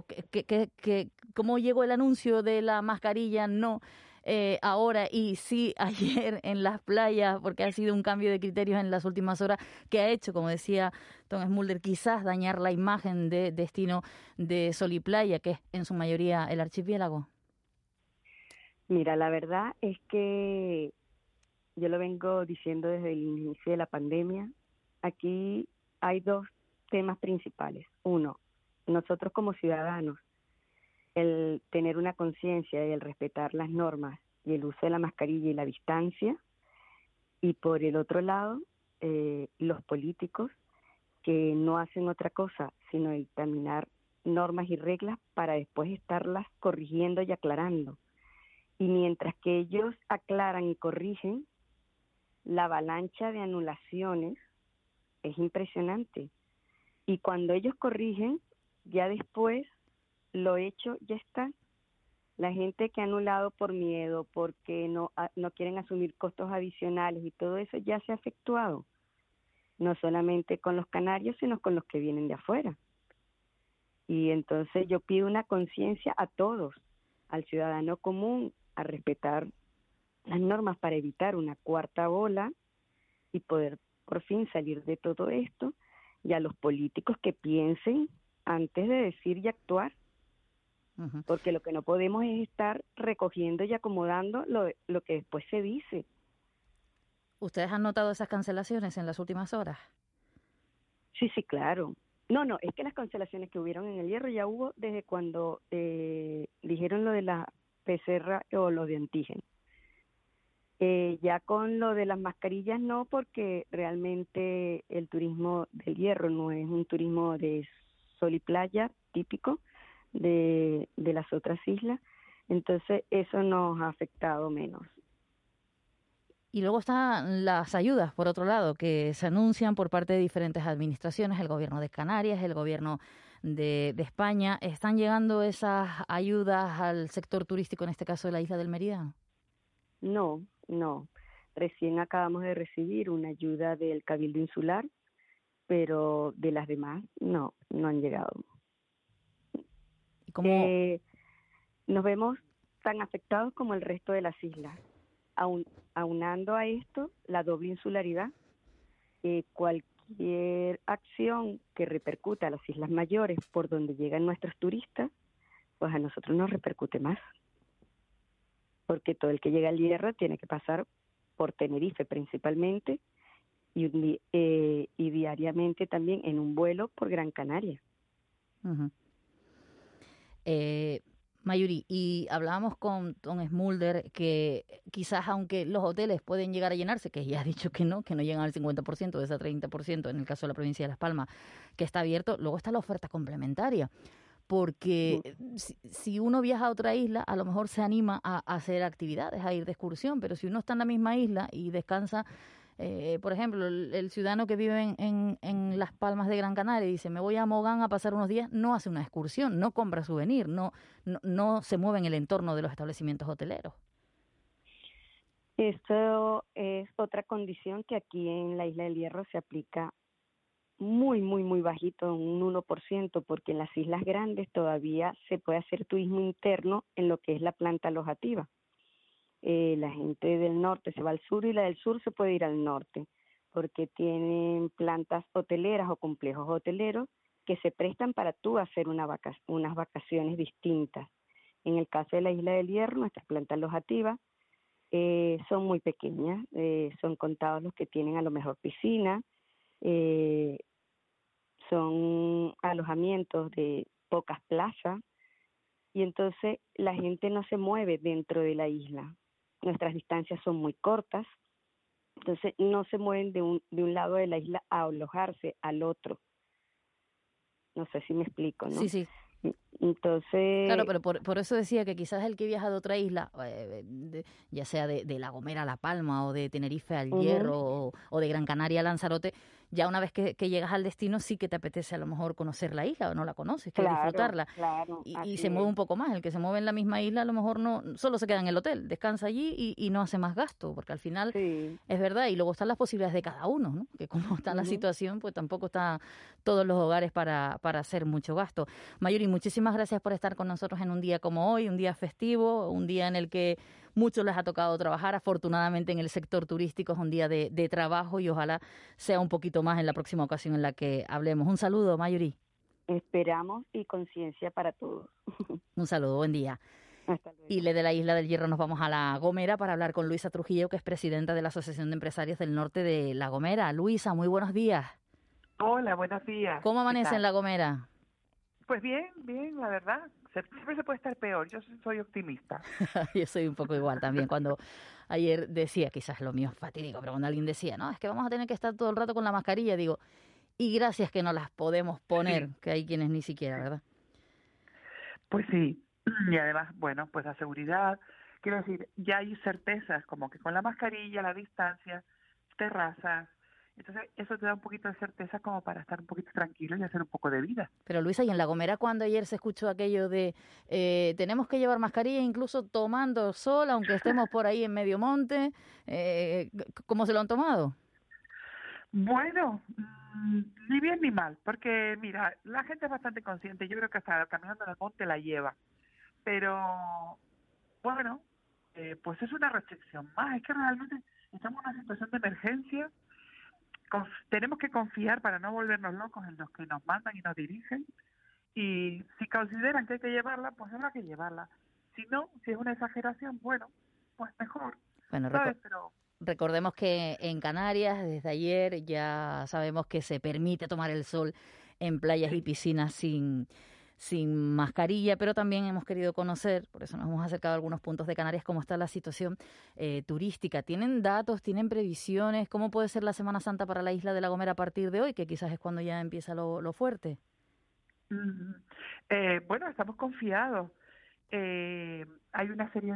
cómo llegó el anuncio de la mascarilla no ahora y sí ayer en las playas, porque ha sido un cambio de criterios en las últimas horas que ha hecho, como decía Tom Smulder, quizás dañar la imagen de destino de Sol y Playa, que es en su mayoría el archipiélago? Mira, la verdad es que yo lo vengo diciendo desde el inicio de la pandemia. Aquí hay dos temas principales. Uno, nosotros como ciudadanos, el tener una conciencia y el respetar las normas y el uso de la mascarilla y la distancia. Y por el otro lado, los políticos que no hacen otra cosa sino dictaminar normas y reglas para después estarlas corrigiendo y aclarando. Y mientras que ellos aclaran y corrigen, la avalancha de anulaciones es impresionante. Y cuando ellos corrigen, ya después lo hecho ya está. La gente que ha anulado por miedo, porque no quieren asumir costos adicionales y todo eso ya se ha efectuado. No solamente con los canarios, sino con los que vienen de afuera. Y entonces yo pido una conciencia a todos, al ciudadano común, a respetar las normas para evitar una cuarta ola y poder por fin salir de todo esto, y a los políticos que piensen antes de decir y actuar, porque lo que no podemos es estar recogiendo y acomodando lo que después se dice. ¿Ustedes han notado esas cancelaciones en las últimas horas? Sí, claro. No, es que las cancelaciones que hubieron en el Hierro ya hubo desde cuando dijeron lo de la PCR o lo de antígeno. Ya con lo de las mascarillas no, porque realmente el turismo del Hierro no es un turismo de sol y playa típico de las otras islas, entonces eso nos ha afectado menos. Y luego están las ayudas, por otro lado, que se anuncian por parte de diferentes administraciones, el gobierno de Canarias, el gobierno de España. ¿Están llegando esas ayudas al sector turístico, en este caso de la isla del Meridiano? No. Recién acabamos de recibir una ayuda del Cabildo Insular, pero de las demás no han llegado. ¿Y cómo? Nos vemos tan afectados como el resto de las islas. Aunando a esto la doble insularidad, cualquier acción que repercuta a las islas mayores por donde llegan nuestros turistas, pues a nosotros nos repercute más. Porque todo el que llega al Hierro tiene que pasar por Tenerife principalmente y diariamente también en un vuelo por Gran Canaria. Mayuri, y hablábamos con Tom Smulder que quizás aunque los hoteles pueden llegar a llenarse, que ya ha dicho que no llegan al 50%, de ese 30% en el caso de la provincia de Las Palmas, que está abierto, luego está la oferta complementaria. Porque si uno viaja a otra isla, a lo mejor se anima a hacer actividades, a ir de excursión, pero si uno está en la misma isla y descansa por ejemplo, el ciudadano que vive en Las Palmas de Gran Canaria y dice, me voy a Mogán a pasar unos días, no hace una excursión, no compra souvenir, no se mueve en el entorno de los establecimientos hoteleros. Esto es otra condición que aquí en la Isla del Hierro se aplica muy, muy, muy bajito, un 1%, porque en las islas grandes todavía se puede hacer turismo interno en lo que es la planta alojativa. La gente del norte se va al sur y la del sur se puede ir al norte, porque tienen plantas hoteleras o complejos hoteleros que se prestan para tú hacer unas vacaciones distintas. En el caso de la Isla del Hierro, nuestras plantas alojativas son muy pequeñas, son contados los que tienen a lo mejor piscina, son alojamientos de pocas plazas y entonces la gente no se mueve dentro de la isla. Nuestras distancias son muy cortas, entonces no se mueven de un lado de la isla a alojarse al otro. No sé si me explico, ¿no? Sí, sí. Entonces... Claro, pero por eso decía que quizás el que viaja de otra isla, ya sea de La Gomera a La Palma o de Tenerife al Hierro o de Gran Canaria a Lanzarote, ya una vez que llegas al destino sí que te apetece a lo mejor conocer la isla o no la conoces, quieres disfrutarla. Claro, y se mueve un poco más. El que se mueve en la misma isla a lo mejor no solo se queda en el hotel, descansa allí y no hace más gasto, porque al final es verdad. Y luego están las posibilidades de cada uno, ¿no? Que como está la situación, pues tampoco están todos los hogares para hacer mucho gasto. Mayuri, muchísimas gracias por estar con nosotros en un día como hoy, un día festivo, un día en el que muchos les ha tocado trabajar. Afortunadamente en el sector turístico es un día de trabajo y ojalá sea un poquito más en la próxima ocasión en la que hablemos. Un saludo, Mayuri. Esperamos y conciencia para todos. Un saludo, buen día. Hasta luego. Y de la Isla del Hierro nos vamos a La Gomera para hablar con Luisa Trujillo, que es presidenta de la Asociación de Empresarios del Norte de La Gomera. Luisa, muy buenos días. Hola, buenos días. ¿Cómo amanece en La Gomera? Pues bien, la verdad. Siempre se puede estar peor. Yo soy optimista. Yo soy un poco igual también. Cuando ayer decía, quizás lo mío es fatídico, pero cuando alguien decía, no, es que vamos a tener que estar todo el rato con la mascarilla, digo, y gracias que no las podemos poner, que hay quienes ni siquiera, ¿verdad? Pues sí. Y además, bueno, pues la seguridad. Quiero decir, ya hay certezas, como que con la mascarilla, la distancia, terrazas. Entonces, eso te da un poquito de certeza como para estar un poquito tranquilo y hacer un poco de vida. Pero Luisa, ¿y en La Gomera cuando ayer se escuchó aquello de tenemos que llevar mascarilla incluso tomando sol, aunque estemos por ahí en medio monte? ¿Cómo se lo han tomado? Bueno, ni bien ni mal, porque mira, la gente es bastante consciente. Yo creo que hasta caminando en el monte la lleva. Pero, bueno, pues es una restricción más. Es que realmente estamos en una situación de emergencia. Tenemos que confiar para no volvernos locos en los que nos mandan y nos dirigen, y si consideran que hay que llevarla, pues habrá que llevarla. Si no, si es una exageración, bueno, pues mejor. Bueno, Pero recordemos que en Canarias desde ayer ya sabemos que se permite tomar el sol en playas y piscinas sin mascarilla, pero también hemos querido conocer, por eso nos hemos acercado a algunos puntos de Canarias, cómo está la situación turística. ¿Tienen datos, tienen previsiones? ¿Cómo puede ser la Semana Santa para la isla de La Gomera a partir de hoy, que quizás es cuando ya empieza lo fuerte? Bueno, estamos confiados. Hay una serie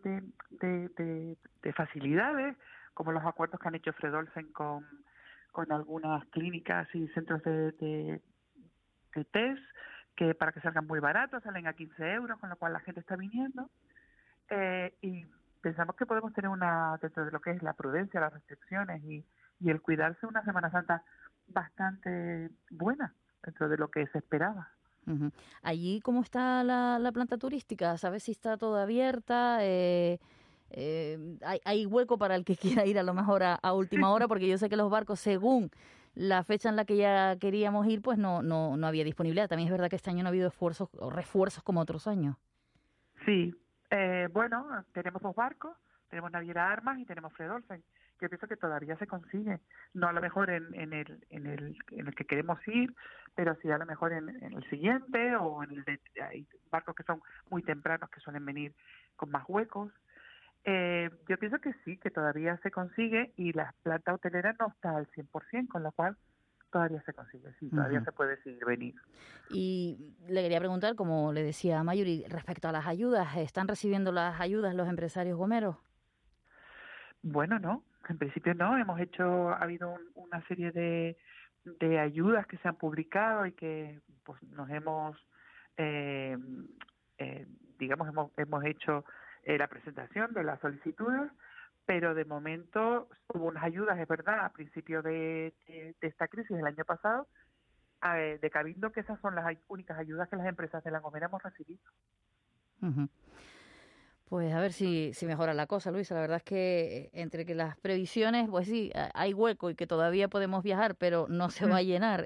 de facilidades, como los acuerdos que han hecho Fredolsen con algunas clínicas y centros de test, que para que salgan muy baratos, salen a 15 euros, con lo cual la gente está viniendo, y pensamos que podemos tener dentro de lo que es la prudencia, las restricciones y el cuidarse, una Semana Santa bastante buena dentro de lo que se esperaba. Uh-huh. Allí, ¿cómo está la planta turística? ¿Sabes si está toda abierta? ¿Hay hueco para el que quiera ir a lo mejor a última hora? Porque yo sé que los barcos, según la fecha en la que ya queríamos ir, pues no había disponibilidad. También es verdad que este año no ha habido esfuerzos o refuerzos como otros años. Sí, bueno, tenemos 2 barcos, tenemos Naviera Armas y tenemos Fredolsen. Yo pienso que todavía se consigue, no a lo mejor en el que queremos ir, pero sí a lo mejor en el siguiente, o en hay barcos que son muy tempranos que suelen venir con más huecos. Yo pienso que sí, que todavía se consigue, y la planta hotelera no está al 100%, con lo cual todavía se consigue, sí, todavía se puede seguir venir. Y le quería preguntar, como le decía a Mayuri, respecto a las ayudas, ¿están recibiendo las ayudas los empresarios gomeros? Bueno, no, En principio no, ha habido una serie de ayudas que se han publicado y que pues nos hemos, hemos hecho la presentación de las solicitudes, pero de momento hubo unas ayudas, es verdad, a principio de esta crisis del año pasado, de Cabildo, que esas son las únicas ayudas que las empresas de La Gomera hemos recibido. Uh-huh. Pues a ver si mejora la cosa, Luisa. La verdad es que entre que las previsiones, pues sí, hay hueco y que todavía podemos viajar, pero no se va a llenar.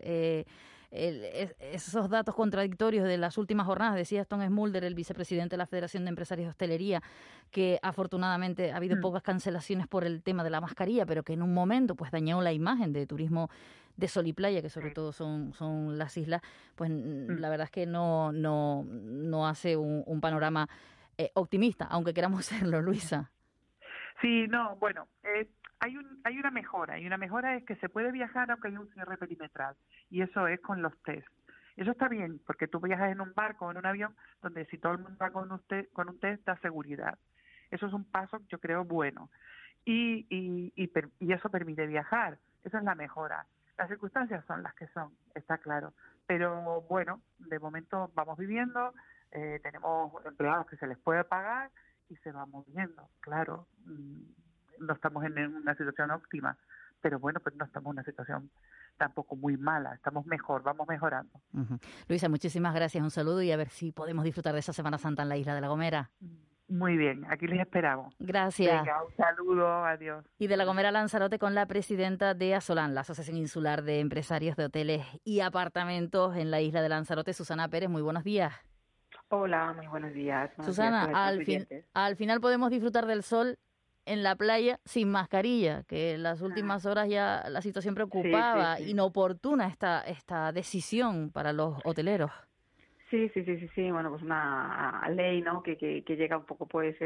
Esos datos contradictorios de las últimas jornadas, decía Aston Smulder, el vicepresidente de la Federación de Empresarios de Hostelería, que afortunadamente ha habido pocas cancelaciones por el tema de la mascarilla, pero que en un momento pues dañó la imagen de turismo de sol y playa, que sobre todo son las islas. Pues la verdad es que no hace un panorama optimista, aunque queramos serlo, Luisa. Sí, no, bueno, hay una mejora, y una mejora es que se puede viajar aunque haya un cierre perimetral, y eso es con los test. Eso está bien, porque tú viajas en un barco o en un avión donde si todo el mundo va con un test da seguridad. Eso es un paso, yo creo, bueno. Y eso permite viajar. Esa es la mejora. Las circunstancias son las que son, está claro. Pero bueno, de momento vamos viviendo, tenemos empleados que se les puede pagar y se va moviendo. Claro, no estamos en una situación óptima, pero bueno, pues no estamos en una situación tampoco muy mala, estamos mejor, vamos mejorando. Uh-huh. Luisa, muchísimas gracias, un saludo y a ver si podemos disfrutar de esa Semana Santa en la isla de La Gomera. Muy bien, aquí les esperamos. Gracias. Venga, un saludo, adiós. Y de La Gomera a Lanzarote con la presidenta de Asolan, la Asociación Insular de Empresarios de Hoteles y Apartamentos en la isla de Lanzarote. Susana Pérez, muy buenos días. Hola, muy buenos días. Susana, al final podemos disfrutar del sol en la playa sin mascarilla, que en las últimas horas ya la situación preocupaba, sí. Inoportuna esta decisión para los hoteleros. Sí, bueno, pues una ley, ¿no? que llega un poco pues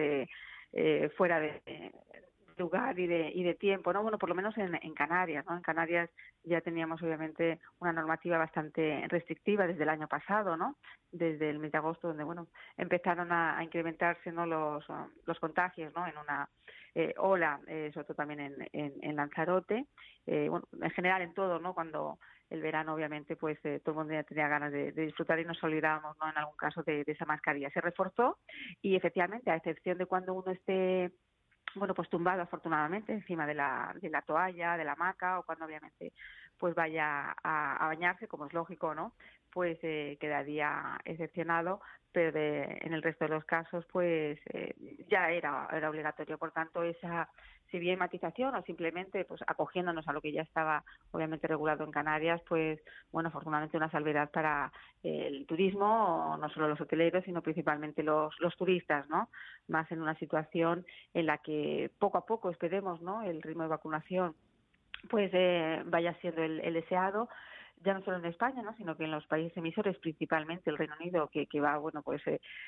fuera de lugar y de tiempo, ¿no? Bueno, por lo menos en Canarias, ¿no? En Canarias ya teníamos obviamente una normativa bastante restrictiva desde el año pasado, ¿no? Desde el mes de agosto, donde, bueno, empezaron a incrementarse, ¿no? los contagios, ¿no? En una ola, sobre todo también en Lanzarote, bueno, en general en todo, ¿no? Cuando el verano, obviamente, pues todo el mundo ya tenía ganas de disfrutar y nos olvidábamos, ¿no? En algún caso de esa mascarilla. Se reforzó y, efectivamente, a excepción de cuando uno esté, bueno, pues tumbado, afortunadamente, encima de la toalla, de la hamaca, o cuando, obviamente, pues vaya a bañarse, como es lógico, ¿no? Pues quedaría excepcionado, pero en el resto de los casos, pues ya era obligatorio. Por tanto, si bien matización o simplemente pues acogiéndonos a lo que ya estaba obviamente regulado en Canarias, pues bueno, afortunadamente una salvedad para el turismo, no solo los hoteleros, sino principalmente los turistas, ¿no? Más en una situación en la que poco a poco esperemos, ¿no? El ritmo de vacunación pues vaya siendo el deseado, ya no solo en España, ¿no? Sino que en los países emisores, principalmente el Reino Unido, que va, bueno, pues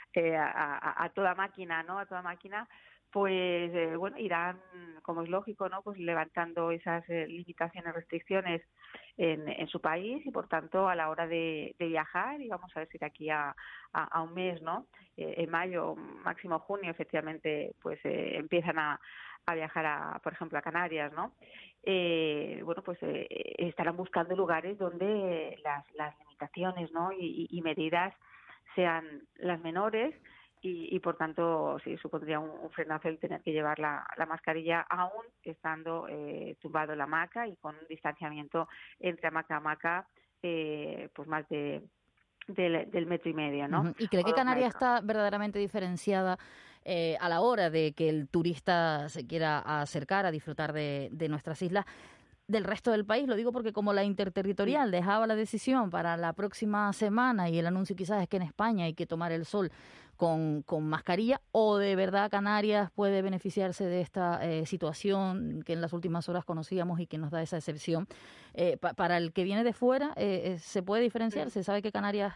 a toda máquina, ¿no? A toda máquina, pues bueno, irán, como es lógico, ¿no? Pues levantando esas limitaciones, restricciones en su país, y por tanto a la hora de viajar, y vamos a ver si de aquí a un mes, ¿no? En mayo, máximo junio, efectivamente, pues empiezan a viajar por ejemplo, a Canarias, ¿no? Bueno, pues estarán buscando lugares donde las limitaciones, ¿no? y medidas sean las menores, y por tanto sí supondría un frenazo el tener que llevar la mascarilla aún estando tumbado en la hamaca y con un distanciamiento entre hamaca a hamaca pues más del 1,5 metros, ¿no? ¿Y cree que Canarias está verdaderamente diferenciada a la hora de que el turista se quiera acercar a disfrutar de nuestras islas del resto del país? Lo digo porque como la interterritorial dejaba la decisión para la próxima semana y el anuncio quizás es que en España hay que tomar el sol con mascarilla, o de verdad Canarias puede beneficiarse de esta situación que en las últimas horas conocíamos y que nos da esa excepción. Para el que viene de fuera, ¿se puede diferenciar? ¿Se sabe que Canarias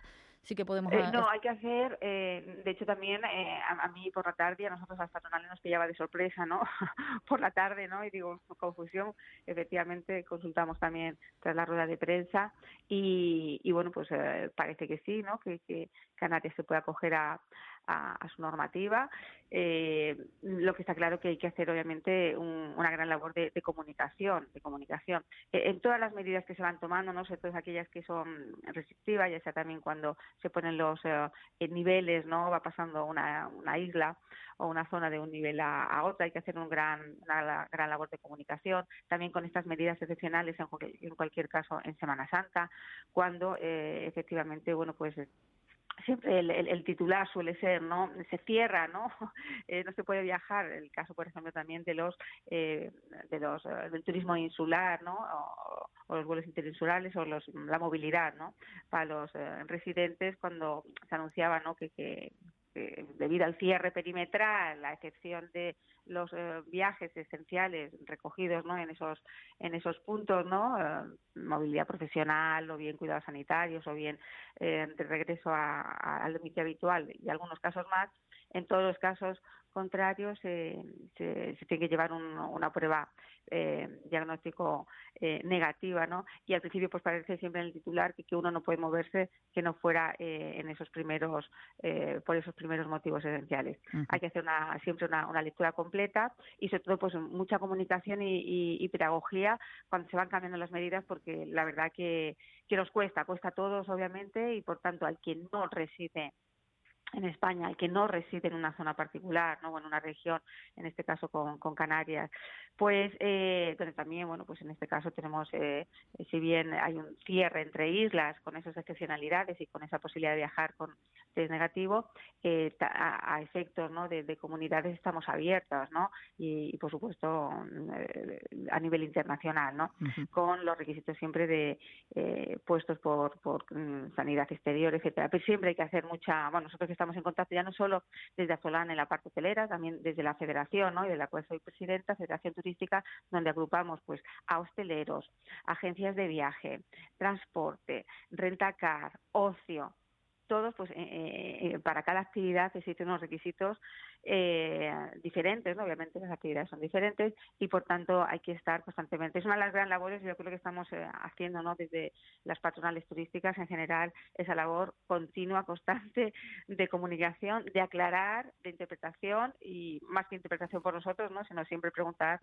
sí que podemos... No, hay que hacer, de hecho también a mí por la tarde, a nosotros las patronales nos pillaba de sorpresa, ¿no? Por la tarde, ¿no? Y digo, confusión, efectivamente consultamos también tras la rueda de prensa y bueno, pues parece que sí, ¿no? Que Canarias se puede acoger a su normativa. Lo que está claro que hay que hacer obviamente una gran labor de comunicación, en todas las medidas que se van tomando, no sé, todas aquellas que son restrictivas, ya sea también cuando se ponen los niveles, no va pasando una isla o una zona de un nivel a otra, hay que hacer una gran labor de comunicación, también con estas medidas excepcionales en cualquier caso en Semana Santa, cuando efectivamente, bueno, pues siempre el titular suele ser, ¿no? Se cierra, ¿no? No se puede viajar. El caso, por ejemplo, también del turismo insular, ¿no? O los vuelos interinsulares o la movilidad, ¿no? Para los residentes, cuando se anunciaba, ¿no? Que debido al cierre perimetral, la excepción de los viajes esenciales recogidos, ¿no? en esos puntos, ¿no? Movilidad profesional o bien cuidados sanitarios o bien de regreso al domicilio habitual y algunos casos más, en todos los casos contrarios se tiene que llevar una prueba diagnóstico negativa, ¿no? Y al principio pues parece siempre en el titular que uno no puede moverse que no fuera en esos primeros por esos primeros motivos esenciales. Uh-huh. Hay que hacer siempre una lectura completa y sobre todo pues mucha comunicación y pedagogía cuando se van cambiando las medidas, porque la verdad que nos cuesta a todos obviamente, y por tanto al quien no reside en España, el que no reside en una zona particular, ¿no? O en una región, en este caso con Canarias, pues donde también, bueno, pues en este caso tenemos, si bien hay un cierre entre islas con esas excepcionalidades y con esa posibilidad de viajar con test negativo, a efectos, ¿no? de comunidades estamos abiertas, ¿no? Y por supuesto a nivel internacional, ¿no? Uh-huh. Con los requisitos siempre de puestos por sanidad exterior, etcétera. Pero siempre hay que hacer nosotros que estamos en contacto ya no solo desde Azolana en la parte hotelera, también desde la Federación, ¿no? Y de la cual soy presidenta, Federación Turística, donde agrupamos pues a hosteleros, agencias de viaje, transporte, rentacar, ocio, todos, pues para cada actividad existen unos requisitos diferentes, ¿no? Obviamente las actividades son diferentes y por tanto hay que estar constantemente. Es una de las grandes labores, yo creo que estamos haciendo, ¿no? Desde las patronales turísticas en general, esa labor continua, constante de comunicación, de aclarar, de interpretación, y más que interpretación por nosotros, ¿no? Sino siempre preguntar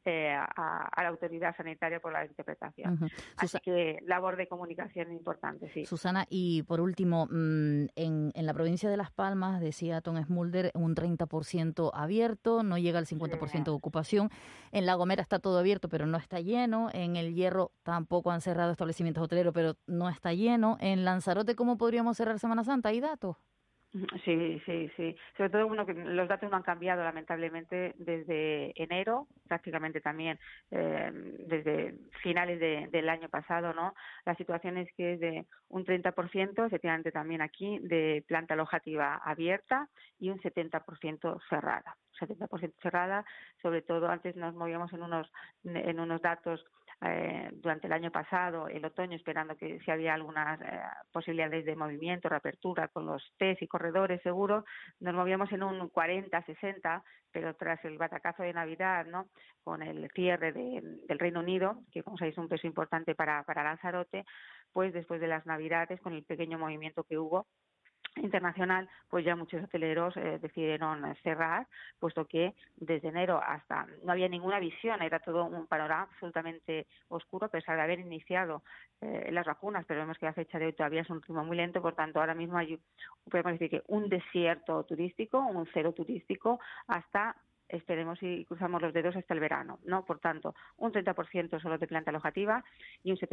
a la autoridad sanitaria por la interpretación. Uh-huh. Así que labor de comunicación importante, sí. Susana, y por último, en la provincia de Las Palmas, decía Tom Smulder, un 30% abierto, no llega al 50% de ocupación. En La Gomera está todo abierto, pero no está lleno. En El Hierro tampoco han cerrado establecimientos hoteleros, pero no está lleno. En Lanzarote, ¿cómo podríamos cerrar Semana Santa? ¿Hay datos? Sí. Sobre todo, que los datos no han cambiado lamentablemente desde enero, prácticamente también desde finales del año pasado, ¿no? La situación es que es de un 30%, efectivamente también aquí, de planta alojativa abierta y un 70% cerrada. 70% cerrada, sobre todo antes nos movíamos en unos datos durante el año pasado, el otoño, esperando que si había algunas posibilidades de movimiento, reapertura con los test y corredores seguros, nos movíamos en un 40-60, pero tras el batacazo de Navidad, ¿no? Con el cierre del Reino Unido, que como sabéis es un peso importante para Lanzarote, pues después de las Navidades, con el pequeño movimiento que hubo internacional, pues ya muchos hoteleros decidieron cerrar, puesto que desde enero hasta no había ninguna visión, era todo un panorama absolutamente oscuro, a pesar de haber iniciado las vacunas, pero vemos que a fecha de hoy todavía es un ritmo muy lento, por tanto ahora mismo hay, podemos decir que un desierto turístico, un cero turístico, hasta esperemos y cruzamos los dedos hasta el verano, ¿no? Por tanto, un 30% solo de planta alojativa y un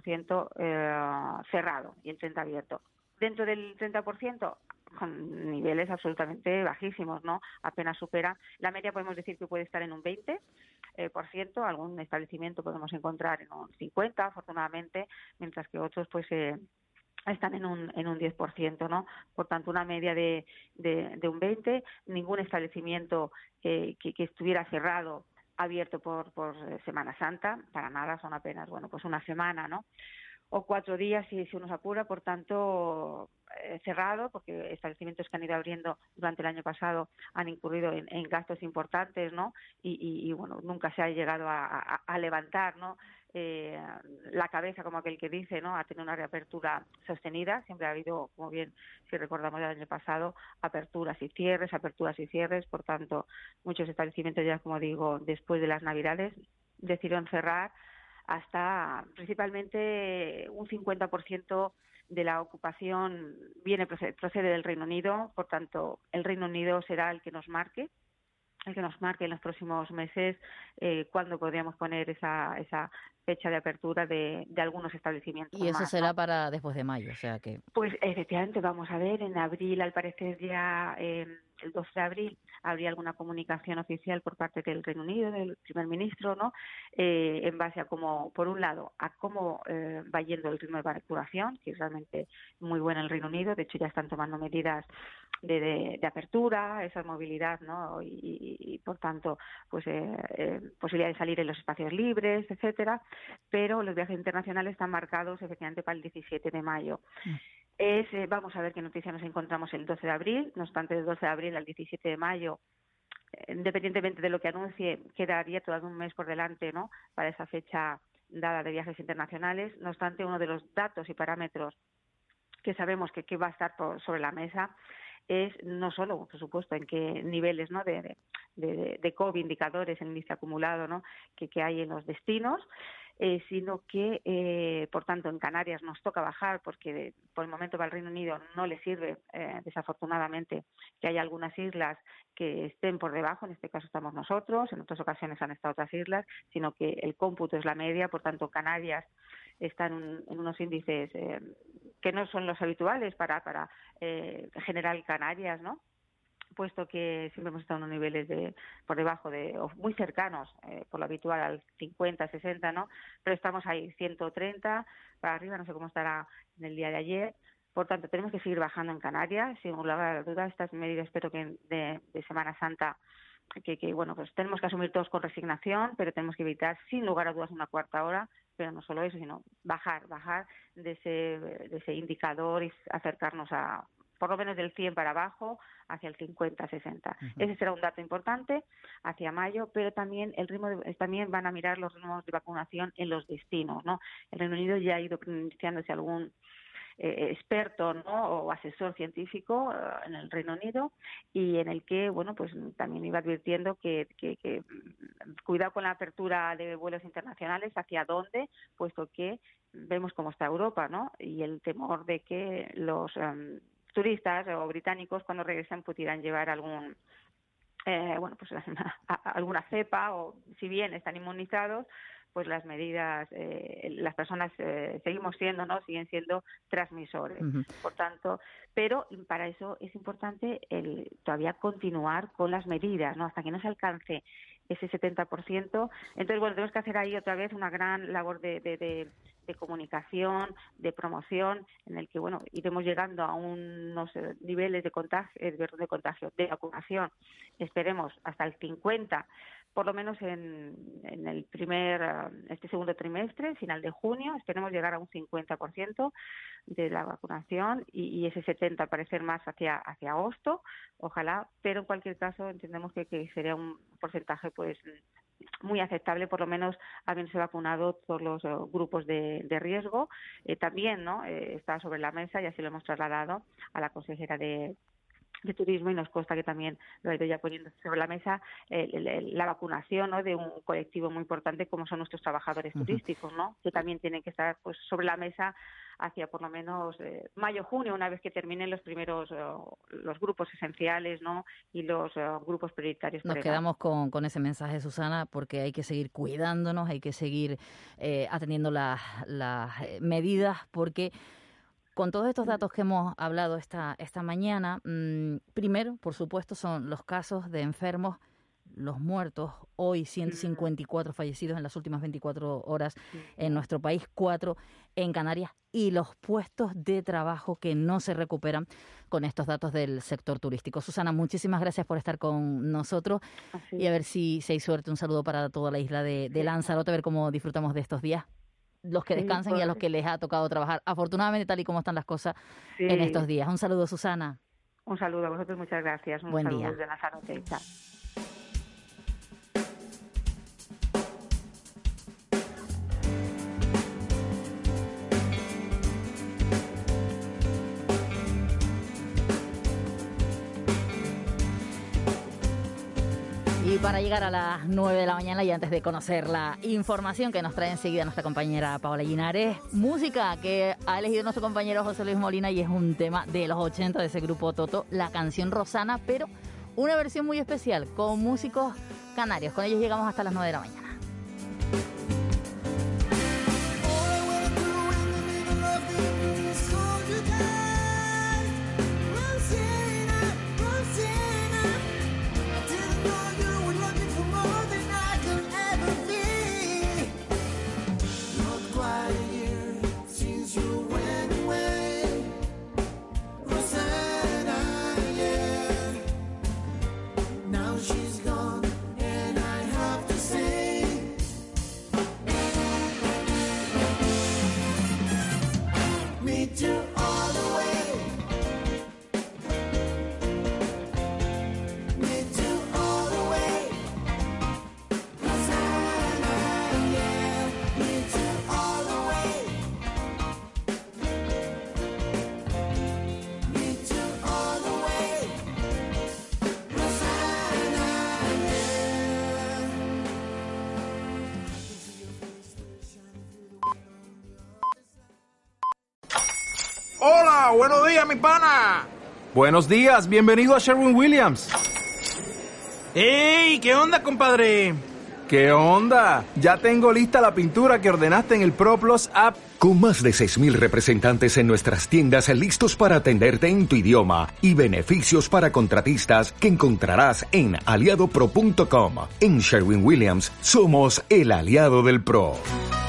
70% cerrado y el 30% abierto. Dentro del 30%, con niveles absolutamente bajísimos, ¿no? Apenas supera. La media podemos decir que puede estar en un 20%, algún establecimiento podemos encontrar en un 50%, afortunadamente, mientras que otros pues están en un 10%, ¿no? Por tanto, una media de un 20%, ningún establecimiento que estuviera cerrado abierto por Semana Santa, para nada, son apenas, pues una semana, ¿no? o 4 días si uno se apura, por tanto cerrado, porque establecimientos que han ido abriendo durante el año pasado han incurrido en gastos importantes, ¿no? Y bueno, nunca se ha llegado a levantar, ¿no? La cabeza, como aquel que dice, ¿no? A tener una reapertura sostenida. Siempre ha habido, como bien si recordamos del año pasado, aperturas y cierres. Por tanto, muchos establecimientos ya, como digo, después de las Navidades decidieron cerrar. Hasta principalmente un 50% de la ocupación procede del Reino Unido. Por tanto, el Reino Unido será el que nos marque en los próximos meses cuándo podríamos poner esa fecha de apertura de algunos establecimientos. Y eso más, será ¿no? para después de mayo, o sea que... Pues efectivamente, vamos a ver, en abril, al parecer ya el 12 de abril, habría alguna comunicación oficial por parte del Reino Unido, del primer ministro, ¿no? En base a cómo, por un lado, a cómo va yendo el ritmo de vacunación, que es realmente muy bueno en el Reino Unido. De hecho, ya están tomando medidas de apertura, esa movilidad, ¿no? Y por tanto, pues posibilidad de salir en los espacios libres, etcétera. Pero los viajes internacionales están marcados efectivamente para el 17 de mayo. Vamos a ver qué noticia nos encontramos el 12 de abril. No obstante, del 12 de abril al 17 de mayo, independientemente de lo que anuncie, quedaría todavía un mes por delante, ¿no? Para esa fecha dada de viajes internacionales. No obstante, uno de los datos y parámetros que sabemos que va a estar sobre la mesa es no solo, por supuesto, en qué niveles, ¿no? de COVID, indicadores, el índice acumulado, ¿no? que hay en los destinos, sino que, por tanto, en Canarias nos toca bajar porque por el momento para el Reino Unido no le sirve, desafortunadamente, que haya algunas islas que estén por debajo. En este caso estamos nosotros, en otras ocasiones han estado otras islas, sino que el cómputo es la media. Por tanto, Canarias está en unos índices que no son los habituales para general Canarias, ¿no? Puesto que siempre hemos estado en unos niveles por debajo o muy cercanos, por lo habitual, al 50, 60, ¿no? Pero estamos ahí, 130 para arriba, no sé cómo estará en el día de ayer. Por tanto, tenemos que seguir bajando en Canarias, sin lugar a dudas. Estas medidas, espero que de Semana Santa, que bueno, pues tenemos que asumir todos con resignación, pero tenemos que evitar, sin lugar a dudas, una cuarta hora. Pero no solo eso, sino bajar de ese indicador y acercarnos a por lo menos del 100 para abajo, hacia el 50, 60. Uh-huh. Ese será un dato importante hacia mayo, pero también también van a mirar los ritmos de vacunación en los destinos, ¿no? El Reino Unido ya ha ido iniciándose algún experto, ¿no? O asesor científico en el Reino Unido, y en el que, bueno, pues también iba advirtiendo que cuidado con la apertura de vuelos internacionales, hacia dónde, puesto que vemos cómo está Europa, ¿no? Y el temor de que los turistas o británicos, cuando regresen, pudieran llevar alguna cepa, o si bien están inmunizados, pues las medidas, las personas siguen siendo transmisores. Uh-huh. Por tanto, pero para eso es importante todavía continuar con las medidas, ¿no? Hasta que no se alcance ese 70%. Entonces, bueno, tenemos que hacer ahí otra vez una gran labor de comunicación, de promoción, en el que, bueno, iremos llegando a unos niveles de de vacunación, esperemos hasta el 50%, por lo menos en el segundo trimestre, final de junio, esperemos llegar a un 50% de la vacunación y ese 70% parecer más hacia agosto, ojalá, pero en cualquier caso entendemos que sería un porcentaje pues muy aceptable, por lo menos habiéndose vacunado todos los grupos de riesgo. También, ¿no? Está sobre la mesa y así lo hemos trasladado a la consejera de Turismo, y nos consta que también lo ha ido ya poniendo sobre la mesa la vacunación, ¿no? De un colectivo muy importante como son nuestros trabajadores turísticos, ¿no? Que también tienen que estar pues sobre la mesa hacia por lo menos mayo-junio, una vez que terminen los primeros los grupos esenciales, ¿no? Y los grupos prioritarios. Nos quedamos con ese mensaje, Susana, porque hay que seguir cuidándonos, hay que seguir atendiendo las medidas, porque con todos estos datos que hemos hablado esta mañana, primero, por supuesto, son los casos de enfermos, los muertos. Hoy 154 fallecidos en las últimas 24 horas en nuestro país, 4 en Canarias, y los puestos de trabajo que no se recuperan con estos datos del sector turístico. Susana, muchísimas gracias por estar con nosotros. Y a ver si hay suerte. Un saludo para toda la isla de Lanzarote, a ver cómo disfrutamos de estos días. los que descansan y a los que les ha tocado trabajar. Afortunadamente, tal y como están las cosas en estos días. Un saludo, Susana. Un saludo a vosotros, muchas gracias. Buen día. De Lanzarote. Chao. Y para llegar a las 9 de la mañana y antes de conocer la información que nos trae enseguida nuestra compañera Paola Linares, música que ha elegido nuestro compañero José Luis Molina y es un tema de los 80 de ese grupo Toto, la canción Rosana, pero una versión muy especial con músicos canarios. Con ellos llegamos hasta las 9 de la mañana. Hola, buenos días, mi pana. Buenos días, bienvenido a Sherwin-Williams. ¡Ey! ¿Qué onda, compadre? ¿Qué onda? Ya tengo lista la pintura que ordenaste en el ProPlus app. Con más de 6,000 representantes en nuestras tiendas listos para atenderte en tu idioma y beneficios para contratistas que encontrarás en aliadopro.com. En Sherwin-Williams somos el aliado del pro.